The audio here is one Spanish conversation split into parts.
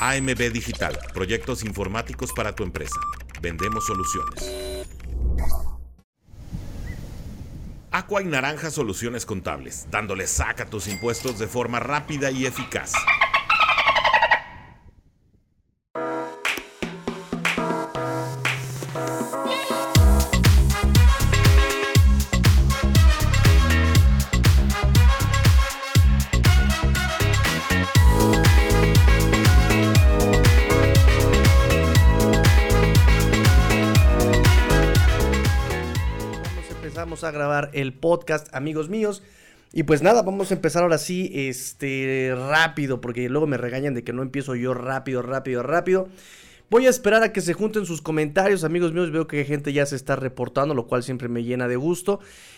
AMB Digital, proyectos informáticos para tu empresa. Vendemos soluciones. Aqua y Naranja Soluciones Contables, dándole saca a tus impuestos de forma rápida y eficaz. A grabar el podcast, amigos míos, y pues nada, vamos a empezar ahora sí, rápido, porque luego me regañan de que no empiezo yo rápido. Voy a esperar a que se junten sus comentarios, amigos míos. Veo que gente ya se está reportando, lo cual siempre me llena de gusto.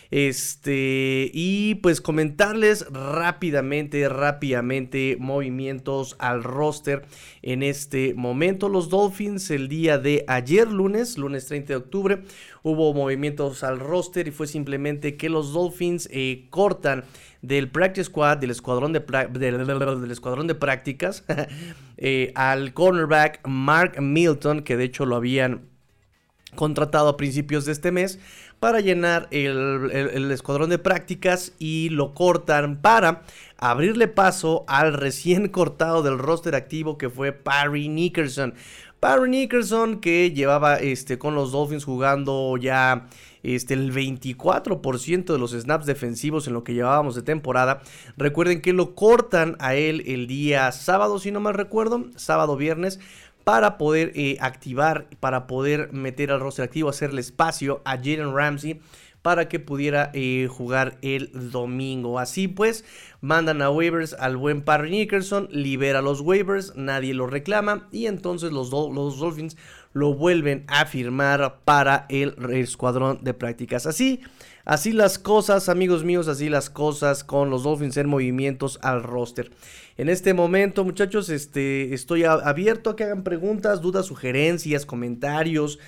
Y pues comentarles rápidamente movimientos al roster en este momento. Los Dolphins el día de ayer, lunes 30 de octubre, hubo movimientos al roster y fue simplemente que los Dolphins cortan del practice squad, del escuadrón de prácticas, al cornerback Mark Milton, que de hecho lo habían contratado a principios de este mes para llenar el escuadrón de prácticas, y lo cortan para abrirle paso al recién cortado del roster activo, que fue Parry Nickerson, que llevaba con los Dolphins jugando ya el 24% de los snaps defensivos en lo que llevábamos de temporada. Recuerden que lo cortan a él el día sábado, si no mal recuerdo, viernes, para poder activar, para poder meter al roster activo, hacerle espacio a Jalen Ramsey para que pudiera jugar el domingo. Así pues, mandan a waivers al buen Parry Nickerson, libera los waivers, nadie lo reclama, y entonces los Dolphins lo vuelven a firmar para el escuadrón de prácticas. Así las cosas, amigos míos, así las cosas con los Dolphins en movimientos al roster. En este momento, muchachos, estoy abierto a que hagan preguntas, dudas, sugerencias, comentarios.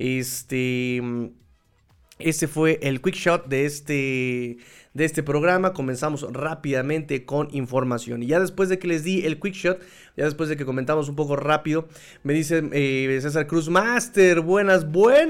Ese fue el quick shot de este programa. Comenzamos rápidamente con información. Y ya después de que les di el quick shot, ya después de que comentamos un poco rápido, me dice César Cruz, Master, buenas.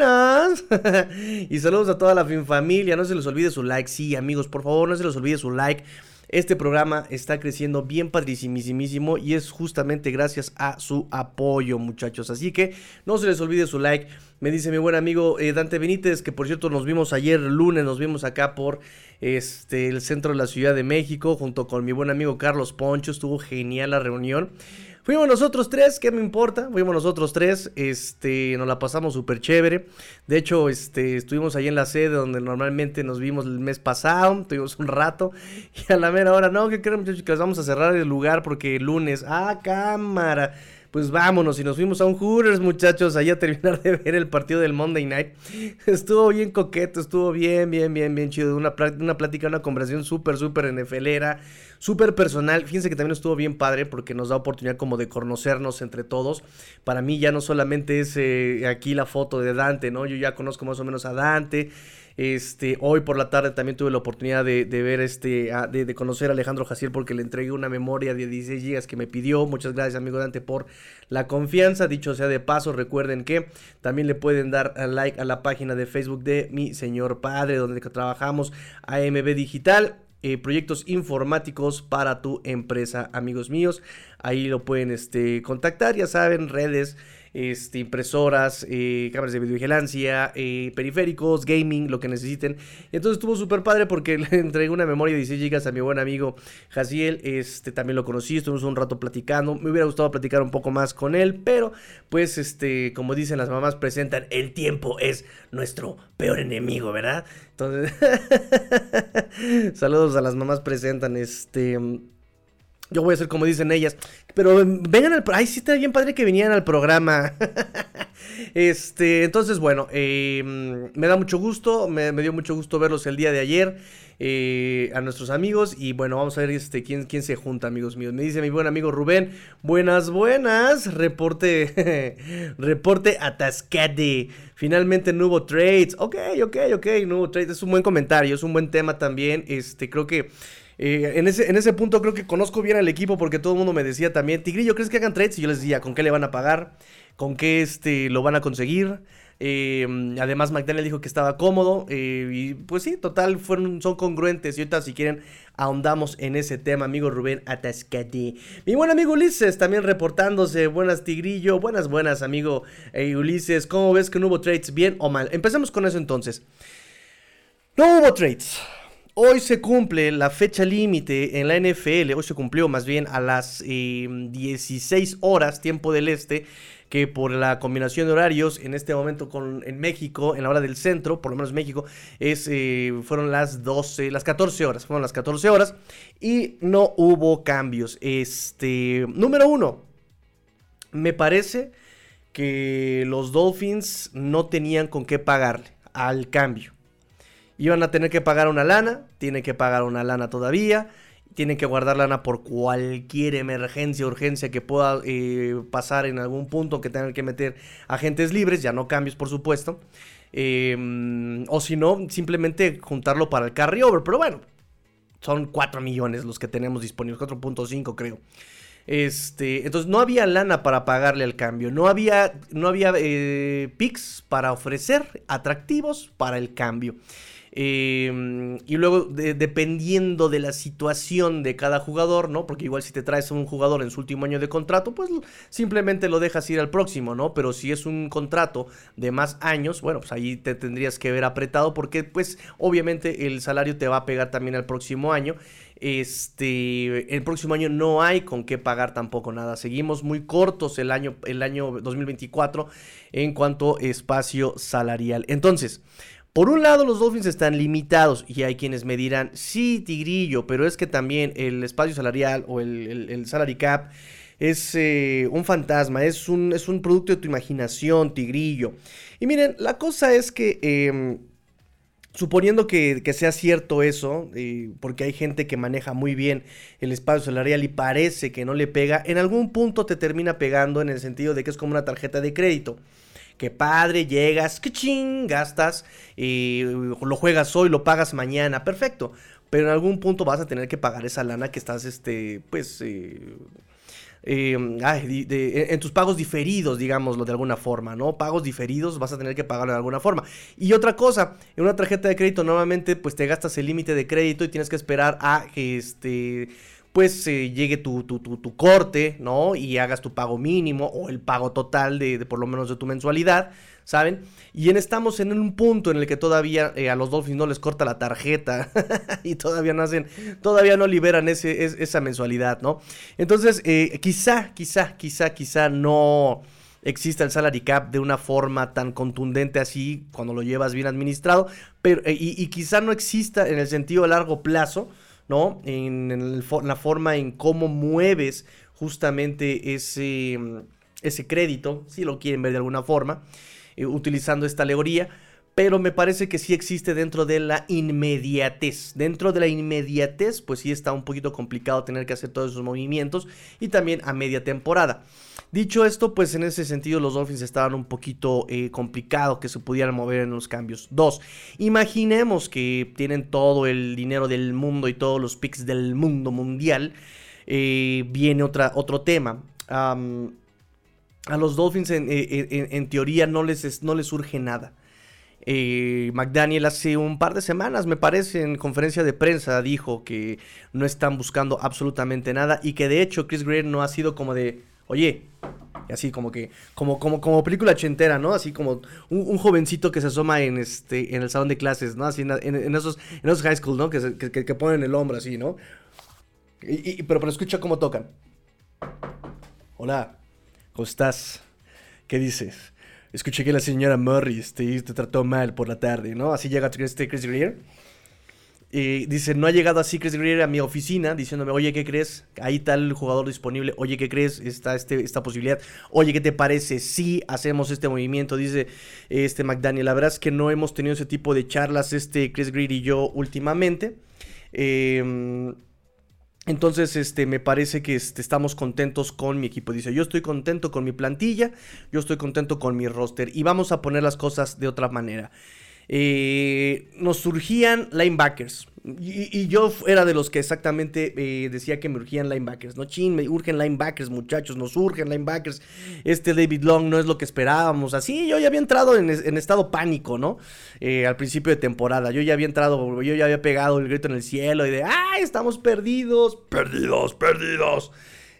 Y saludos a toda la familia. No se les olvide su like. Sí, amigos, por favor, no se les olvide su like. Este programa está creciendo bien padrísimísimo y es justamente gracias a su apoyo, muchachos. Así que no se les olvide su like. Me dice mi buen amigo Dante Benítez, que por cierto nos vimos ayer lunes, nos vimos acá por el centro de la Ciudad de México, junto con mi buen amigo Carlos Poncho. Estuvo genial la reunión. Fuimos nosotros tres, ¿qué me importa? Fuimos nosotros tres, nos la pasamos súper chévere. De hecho, estuvimos ahí en la sede donde normalmente nos vimos el mes pasado, tuvimos un rato, y a la mera hora, no, ¿qué creen, muchachos? Que les vamos a cerrar el lugar porque el lunes, cámara, pues vámonos, y nos fuimos a un Hooters, muchachos, ahí a terminar de ver el partido del Monday Night. Estuvo bien coqueto, estuvo bien chido, una plática, una conversación súper NFLera, súper personal. Fíjense que también estuvo bien padre porque nos da oportunidad como de conocernos entre todos. Para mí ya no solamente es aquí la foto de Dante, ¿no? Yo ya conozco más o menos a Dante. Hoy por la tarde también tuve la oportunidad de ver de conocer a Alejandro Jaciel, porque le entregué una memoria de 16 GB que me pidió. Muchas gracias, amigo Dante, por la confianza. Dicho sea de paso, recuerden que también le pueden dar like a la página de Facebook de mi señor padre, donde trabajamos, AMB Digital, proyectos informáticos para tu empresa, amigos míos. Ahí lo pueden contactar, ya saben, redes, impresoras, cámaras de videovigilancia, periféricos, gaming, lo que necesiten. Entonces estuvo súper padre porque le entregué una memoria de 16 GB a mi buen amigo Jaciel. También lo conocí, estuvimos un rato platicando. Me hubiera gustado platicar un poco más con él, pero pues como dicen las mamás, presentan, el tiempo es nuestro peor enemigo, ¿verdad? Entonces saludos a las mamás, presentan. Yo voy a hacer como dicen ellas, pero vengan al... Ay, sí, está bien padre que vinieran al programa. Entonces, bueno, me da mucho gusto, me dio mucho gusto verlos el día de ayer, a nuestros amigos. Y bueno, vamos a ver quién se junta, amigos míos. Me dice mi buen amigo Rubén, buenas, reporte atascade. Finalmente no hubo trades. Ok, no hubo trades, es un buen comentario, es un buen tema también. Creo que En ese punto creo que conozco bien al equipo porque todo el mundo me decía también, Tigrillo, ¿crees que hagan trades? Y yo les decía, ¿con qué le van a pagar? ¿Con qué lo van a conseguir? Además McDaniel dijo que estaba cómodo y pues sí, total, son congruentes. Y ahorita si quieren ahondamos en ese tema, amigo Rubén Atascate. Mi buen amigo Ulises también reportándose. Buenas, Tigrillo, buenas amigo Ulises. ¿Cómo ves que no hubo trades, bien o mal? Empecemos con eso entonces. No hubo trades. Hoy se cumple la fecha límite en la NFL, hoy se cumplió más bien a las 16 horas, tiempo del este, que por la combinación de horarios, en este momento en México, en la hora del centro, por lo menos México, fueron las 14 horas, fueron las 14 horas, y no hubo cambios. Número 1, me parece que los Dolphins no tenían con qué pagarle al cambio. Iban a tener que pagar una lana, tienen que pagar una lana todavía, tienen que guardar lana por cualquier emergencia, urgencia que pueda pasar en algún punto, que tengan que meter agentes libres, ya no cambios por supuesto, o si no, simplemente juntarlo para el carryover, pero bueno, son 4 millones los que tenemos disponibles, 4.5 creo. Entonces no había lana para pagarle al cambio, no había picks para ofrecer atractivos para el cambio. Y luego dependiendo de la situación de cada jugador, ¿no? Porque igual si te traes a un jugador en su último año de contrato, pues simplemente lo dejas ir al próximo, ¿no? Pero si es un contrato de más años, bueno, pues ahí te tendrías que ver apretado porque pues obviamente el salario te va a pegar también al próximo año. El próximo año no hay con qué pagar tampoco nada. Seguimos muy cortos el año 2024 en cuanto a espacio salarial. Entonces, por un lado los Dolphins están limitados y hay quienes me dirán, sí, Tigrillo, pero es que también el espacio salarial o el salary cap es un fantasma, es un producto de tu imaginación, Tigrillo. Y miren, la cosa es que suponiendo que sea cierto eso, porque hay gente que maneja muy bien el espacio salarial y parece que no le pega, en algún punto te termina pegando en el sentido de que es como una tarjeta de crédito. Que padre, llegas, ¡cachín!, gastas, lo juegas hoy, lo pagas mañana, perfecto. Pero en algún punto vas a tener que pagar esa lana que estás, en tus pagos diferidos, digámoslo de alguna forma, ¿no? Pagos diferidos vas a tener que pagarlo de alguna forma. Y otra cosa, en una tarjeta de crédito normalmente pues te gastas el límite de crédito y tienes que esperar a que llegue tu corte, ¿no? Y hagas tu pago mínimo o el pago total de por lo menos de tu mensualidad, ¿saben? Y estamos en un punto en el que todavía a los Dolphins no les corta la tarjeta y todavía no liberan esa mensualidad, ¿no? Entonces, quizá no exista el salary cap de una forma tan contundente así cuando lo llevas bien administrado, pero y quizá no exista en el sentido a largo plazo, ¿no? En la forma en cómo mueves justamente ese crédito, si lo quieren ver de alguna forma, utilizando esta alegoría, pero me parece que sí existe dentro de la inmediatez. Dentro de la inmediatez, pues sí está un poquito complicado tener que hacer todos esos movimientos y también a media temporada. Dicho esto, pues en ese sentido los Dolphins estaban un poquito complicado que se pudieran mover en los cambios. 2, imaginemos que tienen todo el dinero del mundo y todos los picks del mundo mundial. Viene otro tema. A los Dolphins en teoría no les surge nada. McDaniel hace un par de semanas, me parece, en conferencia de prensa dijo que no están buscando absolutamente nada y que de hecho Chris Greer no ha sido como de, oye, así como película ochentera, ¿no? Así como un jovencito que se asoma en el salón de clases, ¿no? Así en esos high school, ¿no? Que ponen el hombro así, ¿no? Pero escucha cómo tocan. Hola, ¿cómo estás? ¿Qué dices? Escuché que la señora Murray te trató mal por la tarde, ¿no? Así llega Chris Greer. Dice, no ha llegado así Chris Greer a mi oficina diciéndome, oye, ¿qué crees? Ahí está el jugador disponible. Oye, ¿qué crees? Está esta posibilidad. Oye, ¿qué te parece si hacemos este movimiento? Dice McDaniel. La verdad es que no hemos tenido ese tipo de charlas Chris Greer y yo últimamente. Entonces, me parece que estamos contentos con mi equipo. Dice, yo estoy contento con mi plantilla, yo estoy contento con mi roster y vamos a poner las cosas de otra manera. nos surgían linebackers. Y yo era de los que exactamente decía que me urgían linebackers, ¿no? Chin, me urgen linebackers, muchachos, nos urgen linebackers. David Long no es lo que esperábamos. Así yo ya había entrado en estado pánico, ¿no? Al principio de temporada. Yo ya había pegado el grito en el cielo y de ¡ay, estamos perdidos! ¡Perdidos, perdidos!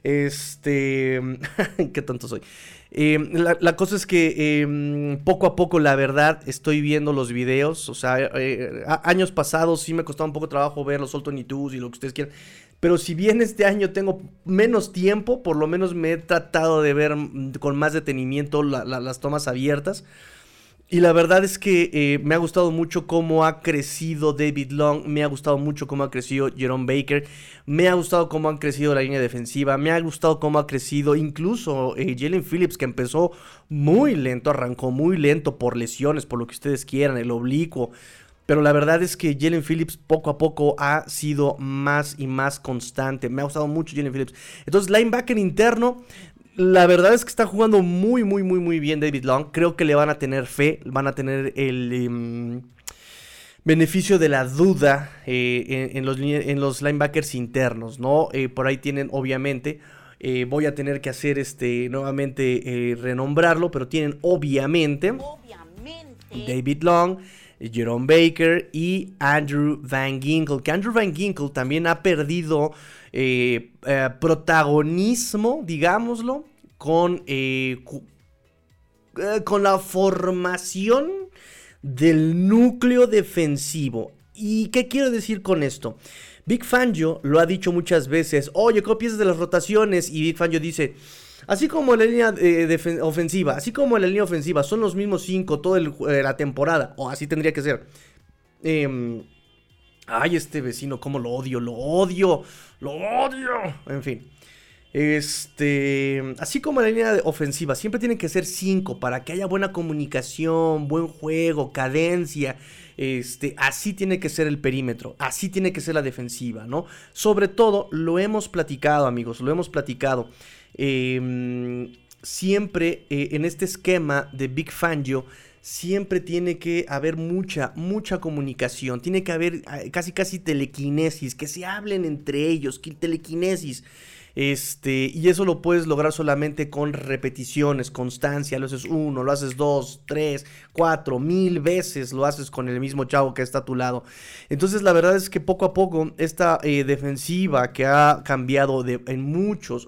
Qué tonto soy. La cosa es que poco a poco, la verdad, estoy viendo los videos. O sea, años pasados sí me costaba un poco de trabajo ver los All 22 y lo que ustedes quieran. Pero si bien este año tengo menos tiempo, por lo menos me he tratado de ver con más detenimiento las tomas abiertas. Y la verdad es que me ha gustado mucho cómo ha crecido David Long, me ha gustado mucho cómo ha crecido Jerome Baker, me ha gustado cómo han crecido la línea defensiva, me ha gustado cómo ha crecido incluso Jalen Phillips, que empezó muy lento, arrancó muy lento por lesiones, por lo que ustedes quieran, el oblicuo. Pero la verdad es que Jalen Phillips poco a poco ha sido más y más constante. Me ha gustado mucho Jalen Phillips. Entonces, linebacker interno, la verdad es que está jugando muy, muy, muy, muy bien David Long. Creo que le van a tener fe, van a tener el beneficio de la duda en los linebackers internos, ¿no? Por ahí tienen, obviamente, voy a tener que hacer nuevamente renombrarlo, pero tienen obviamente David Long, Jerome Baker y Andrew Van Ginkel, que Andrew Van Ginkel también ha perdido protagonismo, digámoslo, con la formación del núcleo defensivo. ¿Y qué quiero decir con esto? Vic Fangio lo ha dicho muchas veces, oye, ¿qué piensas de las rotaciones? Y Vic Fangio dice, así como en la línea ofensiva, así como en la línea ofensiva son los mismos 5 toda la temporada, o así tendría que ser. Ay, este vecino, cómo lo odio, lo odio. En fin. Así como en la línea ofensiva, siempre tienen que ser 5 para que haya buena comunicación, buen juego, cadencia. Así tiene que ser el perímetro, así tiene que ser la defensiva, ¿no? Sobre todo, lo hemos platicado, amigos, lo hemos platicado. Siempre en este esquema de Vic Fangio, siempre tiene que haber mucha comunicación, tiene que haber casi telequinesis, que se hablen entre ellos, telequinesis. Y eso lo puedes lograr solamente con repeticiones, constancia. Lo haces 1, lo haces 2, 3, 4, 1000 veces lo haces con el mismo chavo que está a tu lado. Entonces la verdad es que poco a poco esta defensiva que ha cambiado en muchos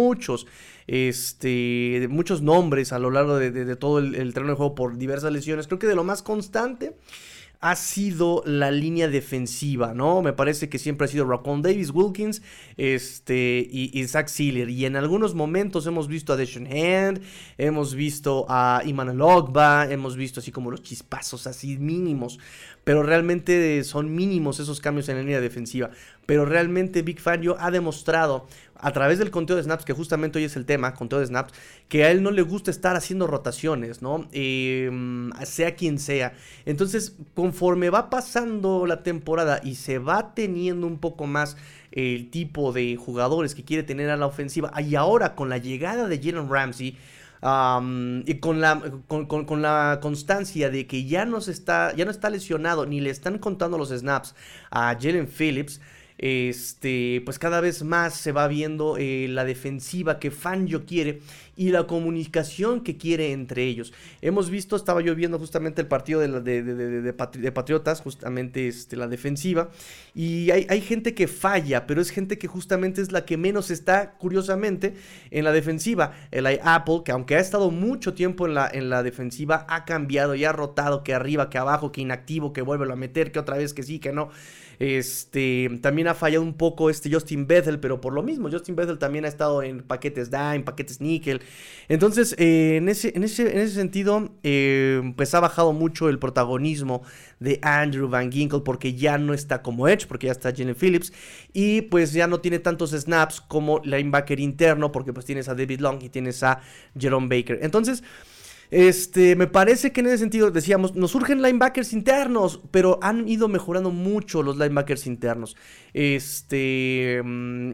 nombres a lo largo de todo el terreno de juego por diversas lesiones, creo que de lo más constante ha sido la línea defensiva, ¿no? Me parece que siempre ha sido Raquan Davis, Wilkins, y Zach Sieler. Y en algunos momentos hemos visto a Deshaun Hand, hemos visto a Emmanuel Ogbah, hemos visto así como los chispazos así mínimos. Pero realmente son mínimos esos cambios en la línea defensiva. Pero realmente Vic Fangio ha demostrado a través del conteo de snaps, que justamente hoy es el tema, conteo de snaps, que a él no le gusta estar haciendo rotaciones, ¿no? Sea quien sea. Entonces, conforme va pasando la temporada y se va teniendo un poco más el tipo de jugadores que quiere tener a la ofensiva, y ahora con la llegada de Jalen Ramsey, y con la constancia de que ya no está lesionado ni le están contando los snaps a Jalen Phillips, pues cada vez más se va viendo la defensiva que Fangio quiere y la comunicación que quiere entre ellos. Hemos visto, estaba yo viendo justamente el partido de Patriotas, justamente la defensiva, y hay gente que falla, pero es gente que justamente es la que menos está, curiosamente, en la defensiva. El Apple, que aunque ha estado mucho tiempo en la defensiva, ha cambiado y ha rotado, que arriba, que abajo, que inactivo, que vuelve a meter, que otra vez que sí, que no. También ha fallado un poco Justin Bethel, pero por lo mismo, Justin Bethel también ha estado en paquetes dime, paquetes níquel. Entonces, en ese sentido, pues ha bajado mucho el protagonismo de Andrew Van Ginkel, porque ya no está como Edge, porque ya está Jalen Phillips, y pues ya no tiene tantos snaps como linebacker interno, porque pues tienes a David Long y tienes a Jerome Baker. Entonces, me parece que en ese sentido decíamos, nos surgen linebackers internos, pero han ido mejorando mucho los linebackers internos.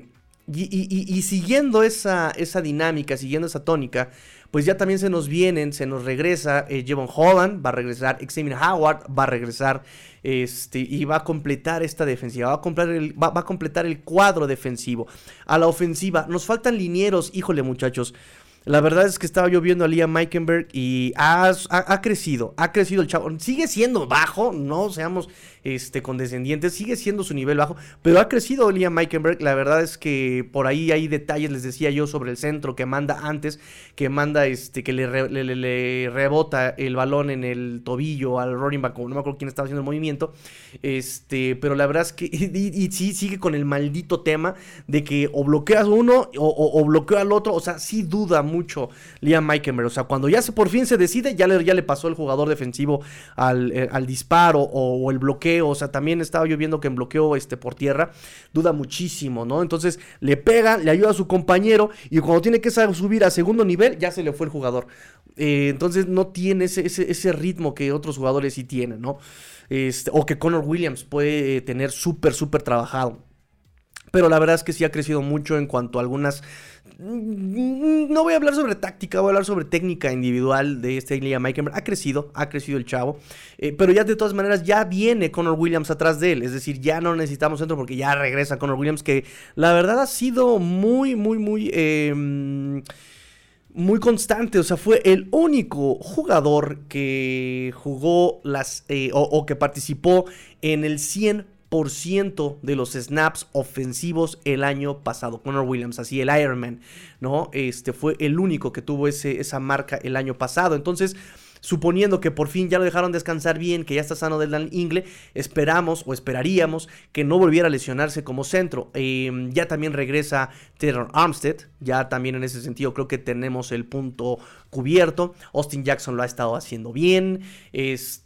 Y siguiendo esa dinámica, siguiendo esa tónica, pues ya también se nos regresa Jevon Holland, va a regresar Xavier Howard, va a regresar y va a completar esta defensiva, va a completar el cuadro defensivo. A la ofensiva, nos faltan linieros, híjole muchachos. La verdad es que estaba yo viendo a Liam Eichenberg y ha crecido el chavo. Sigue siendo bajo, no seamos condescendientes, sigue siendo su nivel bajo, pero ha crecido Liam Eichenberg. La verdad es que por ahí hay detalles, les decía yo, sobre el centro que manda antes, que manda que le rebota el balón en el tobillo al running back, no me acuerdo quién estaba haciendo el movimiento, pero la verdad es que y sí sigue con el maldito tema de que o bloqueas uno o bloquea al otro, o sea, sí duda mucho Liam Eichenberg, o sea, cuando ya por fin se decide, ya le pasó el jugador defensivo al disparo o el bloqueo. O sea, también estaba yo viendo que en bloqueo por tierra duda muchísimo, ¿no? Entonces le pega, le ayuda a su compañero y cuando tiene que subir a segundo nivel ya se le fue el jugador. Entonces no tiene ese ritmo que otros jugadores sí tienen, ¿no? O que Connor Williams puede tener súper trabajado. Pero la verdad es que sí ha crecido mucho en cuanto a algunas... No voy a hablar sobre táctica, voy a hablar sobre técnica individual de Liam Eichenberg. Ha crecido el chavo, pero ya de todas maneras ya viene Connor Williams atrás de él. Es decir, ya no necesitamos centro porque ya regresa Connor Williams, que la verdad ha sido muy constante. O sea, fue el único jugador que jugó o que participó en el 100% de los snaps ofensivos el año pasado. Connor Williams, así el Ironman, ¿no? Fue el único que tuvo esa marca el año pasado. Entonces, suponiendo que por fin ya lo dejaron descansar bien, que ya está sano del ingle, esperaríamos que no volviera a lesionarse como centro. Ya también regresa Terron Armstead, ya también en ese sentido creo que tenemos el punto cubierto. Austin Jackson lo ha estado haciendo bien. Pues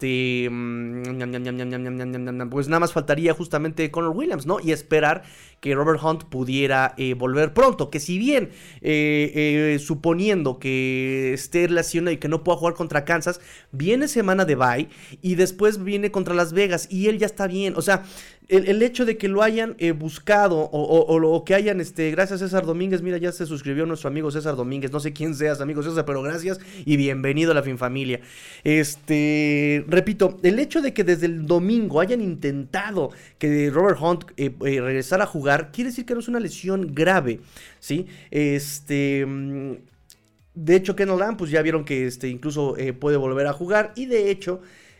nada más faltaría justamente Connor Williams, ¿no? Y esperar que Robert Hunt pudiera volver pronto. Que si bien, suponiendo que esté lesionado y que no pueda jugar contra Kansas, viene semana de bye y después viene contra Las Vegas y él ya está bien. O sea, el hecho de que lo hayan buscado o que hayan, gracias a César Domínguez, mira, ya se suscribió nuestro amigo César Domínguez, no sé quién seas, amigo César, pero gracias y bienvenido a la FinFamilia. Repito, el hecho de que desde el domingo hayan intentado que Robert Hunt regresara a jugar, quiere decir que no es una lesión grave, ¿sí? De hecho, Kendall Lamb, pues ya vieron que incluso puede volver a jugar. Y de hecho,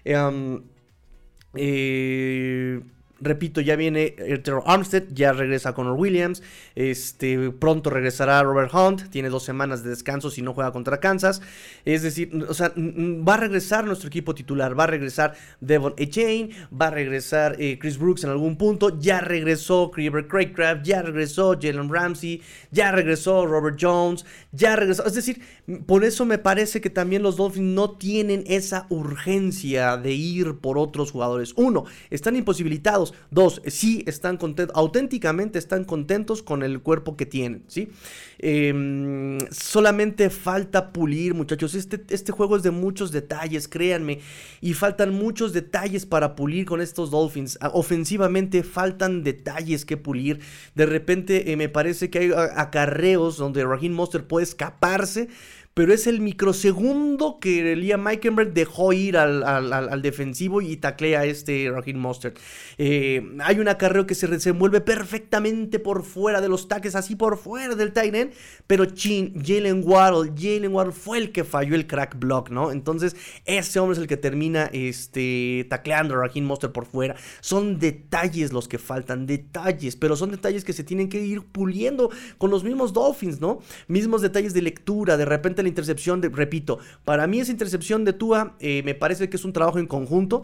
repito, ya viene Terron Armstead, ya regresa Connor Williams, pronto regresará Robert Hunt, tiene 2 semanas de descanso si no juega contra Kansas. Es decir, o sea, va a regresar nuestro equipo titular, va a regresar Devon Achane, va a regresar Chris Brooks en algún punto, ya regresó Craig Craycraft, ya regresó Jalen Ramsey, ya regresó Robert Jones, ya regresó. Es decir, por eso me parece que también los Dolphins no tienen esa urgencia de ir por otros jugadores. 1, están imposibilitados. 2, sí están contentos, auténticamente están contentos con el cuerpo que tienen, ¿sí? Solamente falta pulir, muchachos. Este juego es de muchos detalles, créanme, y faltan muchos detalles para pulir con estos Dolphins. Ofensivamente faltan detalles que pulir. De repente me parece que hay acarreos donde Raheem Mostert puede escaparse, pero es el microsegundo que Liam Eichenberg dejó ir al defensivo y taclea a Raheem Mostert. Hay un acarreo que se desenvuelve perfectamente por fuera de los tackles, así por fuera del tight end, pero Jalen Waddle fue el que falló el crack block, ¿no? Entonces ese hombre es el que termina tacleando a Raheem Mostert por fuera. Son detalles los que faltan, pero son detalles que se tienen que ir puliendo con los mismos Dolphins, ¿no? Mismos detalles de lectura, de repente la intercepción, repito, para mí esa intercepción de Tua me parece que es un trabajo en conjunto.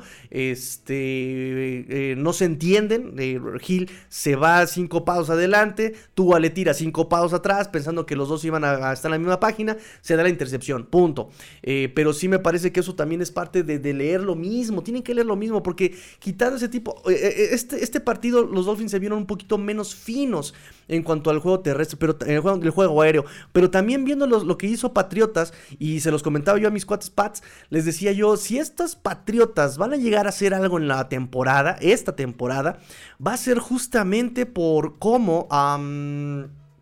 No se entienden. Hill se va 5 pasos adelante, Tua le tira 5 pasos atrás, pensando que los dos iban a estar en la misma página, se da la intercepción, punto. Pero sí me parece que eso también es parte de leer lo mismo, tienen que leer lo mismo, porque quitando ese tipo, este partido los Dolphins se vieron un poquito menos finos en cuanto al juego terrestre, pero el juego aéreo, pero también viendo lo que hizo Patriotas, y se los comentaba yo a mis cuates Pats, les decía yo, si estos Patriotas van a llegar a hacer algo en la temporada, esta temporada, va a ser justamente por cómo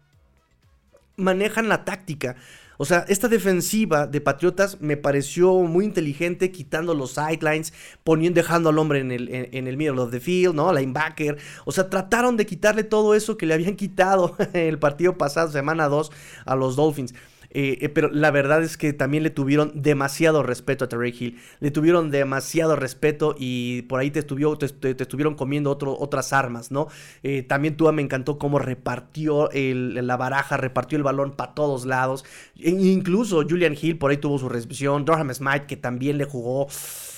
manejan la táctica. O sea, esta defensiva de Patriotas me pareció muy inteligente, quitando los sidelines, dejando al hombre en el middle of the field, ¿no? Linebacker. O sea, trataron de quitarle todo eso que le habían quitado en el partido pasado, semana 2, a los Dolphins. Pero la verdad es que también le tuvieron demasiado respeto a Tyreek Hill. Le tuvieron demasiado respeto y por ahí te estuvieron comiendo otras armas, ¿no? También Tua me encantó cómo repartió la baraja, repartió el balón para todos lados. Incluso Julian Hill por ahí tuvo su recepción. Durham Smythe, que también le jugó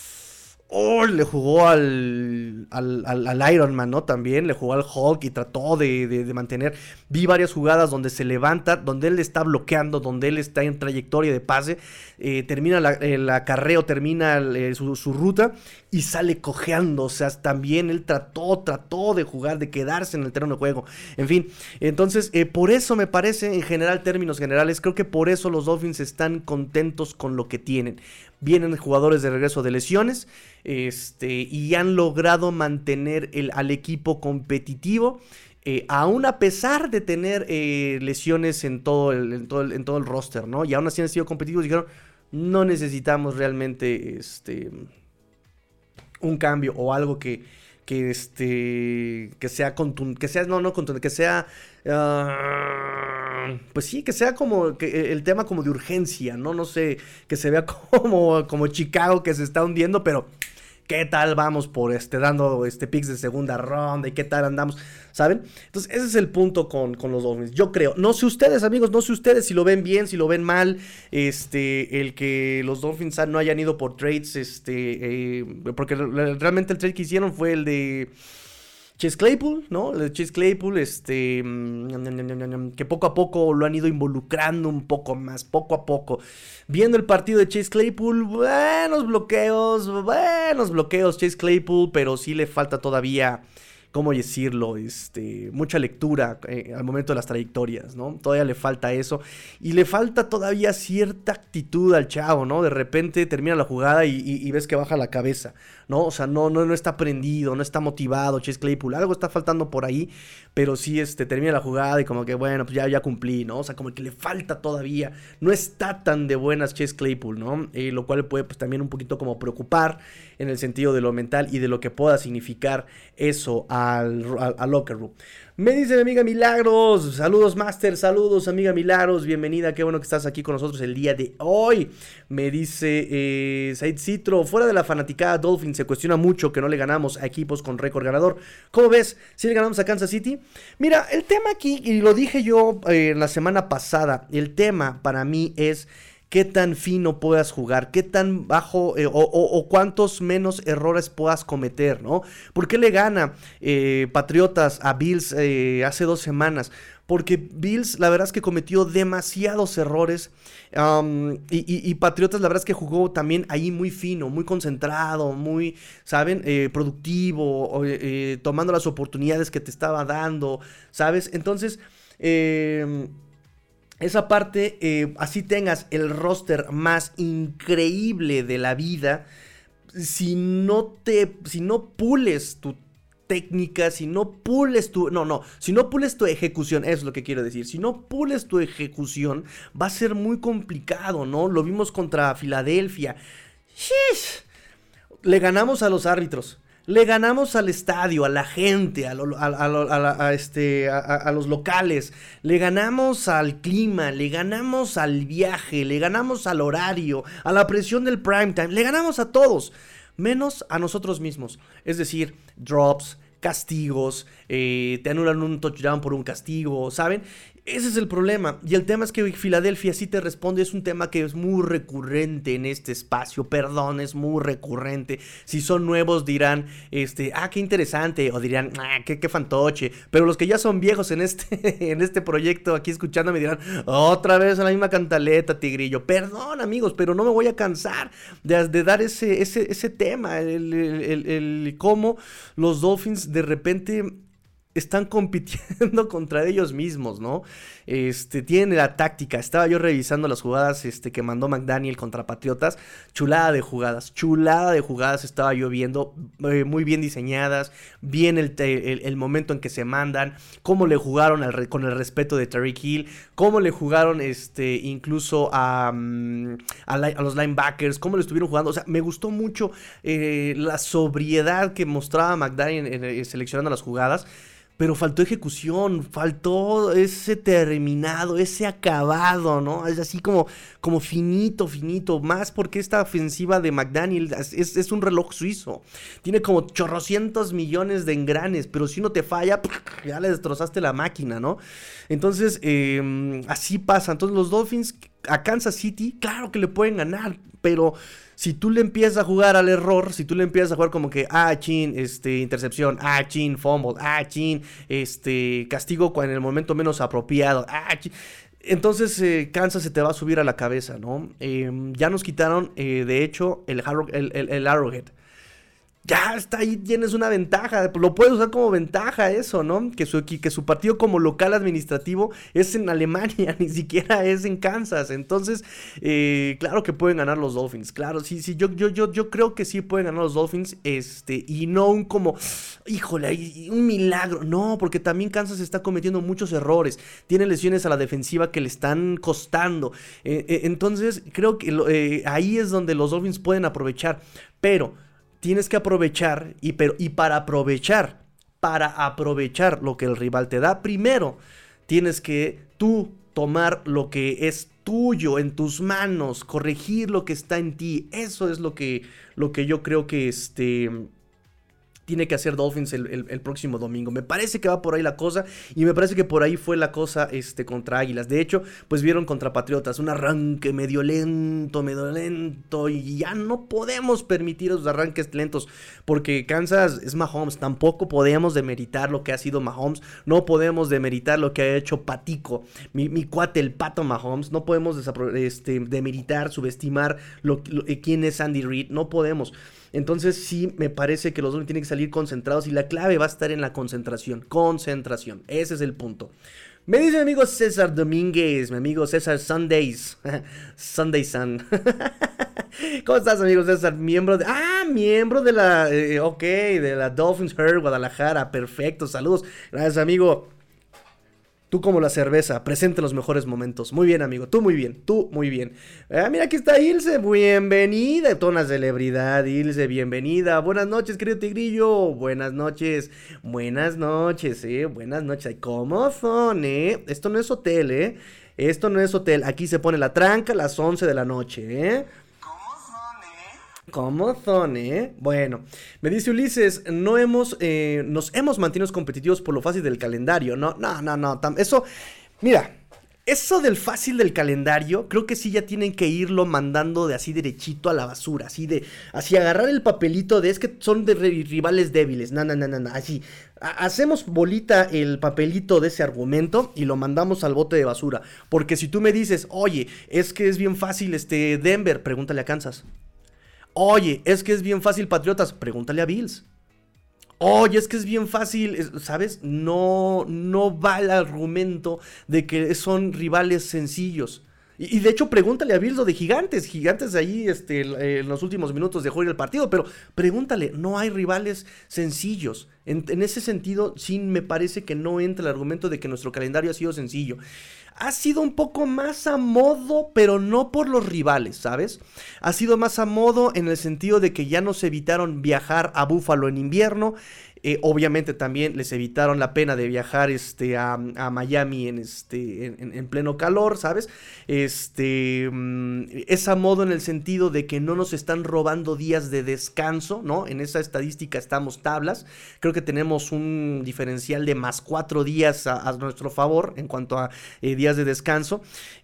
al Iron Man, ¿no? También le jugó al Hulk y trató de mantener. Vi varias jugadas donde se levanta, donde él está bloqueando, donde él está en trayectoria de pase, termina el acarreo, termina su ruta y sale cojeando. O sea, también él trató de jugar, de quedarse en el terreno de juego. En fin, entonces, por eso me parece, en general, términos generales, creo que por eso los Dolphins están contentos con lo que tienen. Vienen jugadores de regreso de lesiones, y han logrado mantener al equipo competitivo, aún a pesar de tener lesiones en todo el roster, ¿no? Y aún así han sido competitivos. Dijeron, no necesitamos realmente un cambio o algo que sea contundente, que sea pues sí, que sea como que el tema como de urgencia, no sé, que se vea como Chicago que se está hundiendo, pero ¿qué tal vamos por dando picks de segunda ronda y qué tal andamos? ¿Saben? Entonces ese es el punto con los Dolphins. Yo creo, no sé ustedes, amigos, no sé ustedes si lo ven bien, si lo ven mal, el que los Dolphins no hayan ido por trades, porque realmente el trade que hicieron fue el de Chase Claypool, ¿no? El de Chase Claypool, que poco a poco lo han ido involucrando un poco más, poco a poco. Viendo el partido de Chase Claypool, buenos bloqueos, Chase Claypool, pero sí le falta todavía, ¿cómo decirlo? Mucha lectura al momento de las trayectorias, ¿no? Todavía le falta eso. Y le falta todavía cierta actitud al chavo, ¿no? De repente termina la jugada y ves que baja la cabeza, ¿no? O sea, no está prendido, no está motivado Chase Claypool. Algo está faltando por ahí, pero sí termina la jugada y como que, bueno, pues ya cumplí, ¿no? O sea, como que le falta todavía. No está tan de buenas Chase Claypool, ¿no? Lo cual puede pues también un poquito como preocupar en el sentido de lo mental y de lo que pueda significar eso al locker room. Me dice mi amiga Milagros, saludos Master, saludos amiga Milagros, bienvenida, qué bueno que estás aquí con nosotros el día de hoy. Me dice Said Citro, fuera de la fanaticada Dolphins se cuestiona mucho que no le ganamos a equipos con récord ganador. ¿Cómo ves? ¿Sí le ganamos a Kansas City? Mira, el tema aquí, y lo dije yo la semana pasada, el tema para mí es qué tan fino puedas jugar, qué tan bajo o cuántos menos errores puedas cometer, ¿no? ¿Por qué le gana Patriotas a Bills hace 2 semanas? Porque Bills la verdad es que cometió demasiados errores y Patriotas la verdad es que jugó también ahí muy fino, muy concentrado, muy, ¿saben? Productivo, tomando las oportunidades que te estaba dando, ¿sabes? Entonces, esa parte, así tengas el roster más increíble de la vida, si no pules tu técnica, si no pules tu ejecución, eso es lo que quiero decir, si no pules tu ejecución, va a ser muy complicado, ¿no? Lo vimos contra Filadelfia. ¡Shish! Le ganamos a los árbitros. Le ganamos al estadio, a la gente, a los locales, le ganamos al clima, le ganamos al viaje, le ganamos al horario, a la presión del primetime, le ganamos a todos, menos a nosotros mismos. Es decir, drops, castigos, te anulan un touchdown por un castigo, ¿saben? Ese es el problema, y el tema es que Filadelfia sí te responde, es un tema que es muy recurrente en este espacio, es muy recurrente. Si son nuevos dirán, qué interesante, o dirán, qué fantoche, pero los que ya son viejos en este proyecto, aquí escuchándome dirán, otra vez la misma cantaleta, tigrillo. Perdón amigos, pero no me voy a cansar de dar ese tema, el cómo los Dolphins de repente están compitiendo contra ellos mismos, ¿no? Tienen la táctica. Estaba yo revisando las jugadas que mandó McDaniel contra Patriotas. Chulada de jugadas estaba yo viendo, muy bien diseñadas, bien el momento en que se mandan, cómo le jugaron con el respeto de Tyreek Hill, cómo le jugaron incluso a los linebackers, cómo le estuvieron jugando. O sea, me gustó mucho la sobriedad que mostraba McDaniel seleccionando las jugadas. Pero faltó ejecución, faltó ese terminado, ese acabado, ¿no? Es así como finito, más porque esta ofensiva de McDaniel es un reloj suizo. Tiene como chorrocientos millones de engranes, pero si uno te falla, ya le destrozaste la máquina, ¿no? Entonces, así pasa. Entonces los Dolphins a Kansas City, claro que le pueden ganar, pero si tú le empiezas a jugar al error, si tú le empiezas a jugar como que, chin, intercepción, chin, fumble, chin, castigo en el momento menos apropiado, chin, entonces Kansas se te va a subir a la cabeza, ¿no? Ya nos quitaron, de hecho, el Arrowhead. Ya está ahí, tienes una ventaja, lo puedes usar como ventaja eso, ¿no? Que su partido como local administrativo es en Alemania, ni siquiera es en Kansas. Entonces, claro que pueden ganar los Dolphins, claro, sí, yo creo que sí pueden ganar los Dolphins, y no híjole, un milagro, no, porque también Kansas está cometiendo muchos errores, tiene lesiones a la defensiva que le están costando, entonces creo que ahí es donde los Dolphins pueden aprovechar, pero tienes que aprovechar, y para aprovechar lo que el rival te da, primero tienes que tú tomar lo que es tuyo en tus manos, corregir lo que está en ti. Eso es lo que yo creo que tiene que hacer Dolphins el próximo domingo. Me parece que va por ahí la cosa, y me parece que por ahí fue la cosa contra Águilas. De hecho, pues vieron contra Patriotas un arranque medio lento, y ya no podemos permitir esos arranques lentos, porque Kansas es Mahomes. Tampoco podemos demeritar lo que ha sido Mahomes, no podemos demeritar lo que ha hecho Patico, mi cuate el Pato Mahomes. No podemos demeritar, subestimar quién es Andy Reid, no podemos. Entonces sí me parece que los dos tienen que salir concentrados, y la clave va a estar en la concentración, ese es el punto. Me dice mi amigo César Domínguez, mi amigo César Sundays, Sunday Sun. ¿Cómo estás, amigo César? Miembro de la, de la Dolphins Herd Guadalajara, perfecto, saludos, gracias, amigo. Tú como la cerveza, presente en los mejores momentos. Muy bien, amigo, tú muy bien. Mira, aquí está Ilse, bienvenida, toda una celebridad, Ilse, bienvenida. Buenas noches, querido Tigrillo, buenas noches. Buenas noches. ¿Cómo son, Esto no es hotel, aquí se pone la tranca a las 11 de la noche, ¿Cómo son, Bueno, me dice Ulises, nos hemos mantenido competitivos por lo fácil del calendario. No, eso, mira, eso del fácil del calendario, creo que sí ya tienen que irlo mandando de así derechito a la basura, así agarrar el papelito es que son de rivales débiles, no, así, hacemos bolita el papelito de ese argumento y lo mandamos al bote de basura, porque si tú me dices, oye, es que es bien fácil Denver, pregúntale a Kansas. Oye, es que es bien fácil Patriotas, pregúntale a Bills. Oye, es que es bien fácil, ¿sabes? No va el argumento de que son rivales sencillos. Y de hecho, pregúntale a Bills o de Gigantes. Gigantes ahí en los últimos minutos dejó ir el partido, pero pregúntale, no hay rivales sencillos. En ese sentido, sí me parece que no entra el argumento de que nuestro calendario ha sido sencillo. Ha sido un poco más a modo, pero no por los rivales, ¿sabes? Ha sido más a modo en el sentido de que ya nos evitaron viajar a Buffalo en invierno. Obviamente también les evitaron la pena de viajar a Miami en pleno calor, ¿sabes? Es a modo en el sentido de que no nos están robando días de descanso, ¿no? En esa estadística estamos tablas. Creo que tenemos un diferencial de más 4 días a nuestro favor en cuanto a días de descanso.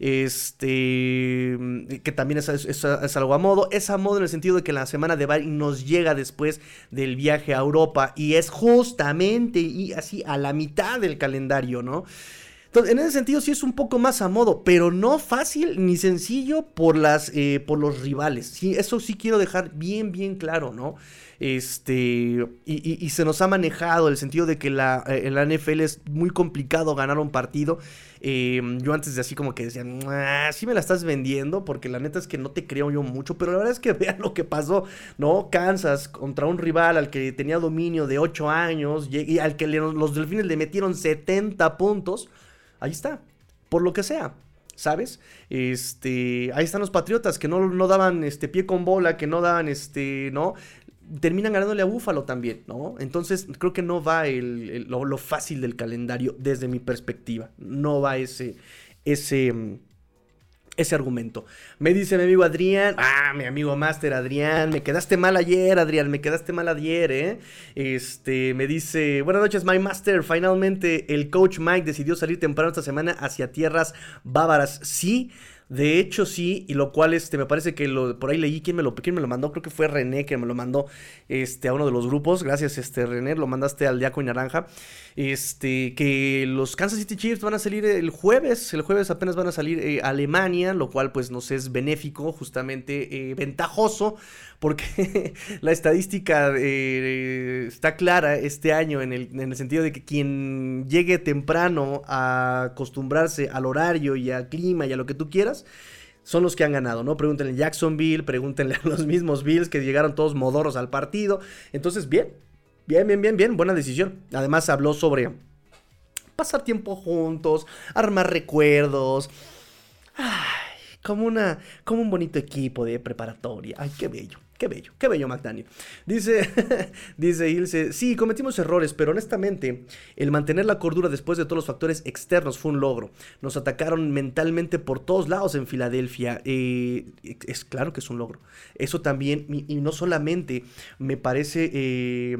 Que también es algo a modo. Es a modo en el sentido de que la semana de bye nos llega después del viaje a Europa y es justamente y así a la mitad del calendario, ¿no? Entonces, en ese sentido sí es un poco más a modo, pero no fácil ni sencillo por los rivales. Sí, eso sí quiero dejar bien claro, ¿no? Y se nos ha manejado el sentido de que en la NFL es muy complicado ganar un partido. Yo antes de así como que decía, sí me la estás vendiendo, porque la neta es que no te creo yo mucho, pero la verdad es que vean lo que pasó, ¿no? Kansas contra un rival al que tenía dominio de 8 años y al que los Delfines le metieron 70 puntos. Ahí está, por lo que sea, ¿sabes? Ahí están los Patriotas que no daban pie con bola, que no daban, ¿no? Terminan ganándole a Búfalo también, ¿no? Entonces creo que no va lo fácil del calendario desde mi perspectiva. No va ese argumento. Me dice mi amigo Adrián, mi amigo Master Adrián, me quedaste mal ayer, Adrián, ¿eh? Me dice, buenas noches, my Master, finalmente el coach Mike decidió salir temprano esta semana hacia tierras bávaras. Sí, de hecho sí, y lo cual me parece que por ahí leí quién me lo mandó, creo que fue René que me lo mandó a uno de los grupos. Gracias, René, lo mandaste al Diaco y Naranja. Que los Kansas City Chiefs van a salir el jueves apenas van a salir a Alemania, lo cual pues nos es benéfico, justamente ventajoso, porque la estadística está clara este año en el sentido de que quien llegue temprano a acostumbrarse al horario y al clima y a lo que tú quieras, son los que han ganado, ¿no? Pregúntenle a Jacksonville, pregúntenle a los mismos Bills que llegaron todos modorros al partido. Entonces, bien, buena decisión. Además habló sobre pasar tiempo juntos, armar recuerdos. Ay, como un bonito equipo de preparatoria. Ay, qué bello McDaniel. Dice Ilse, sí, cometimos errores, pero honestamente, el mantener la cordura después de todos los factores externos fue un logro. Nos atacaron mentalmente por todos lados en Filadelfia. Es claro que es un logro. Eso también, y no solamente me parece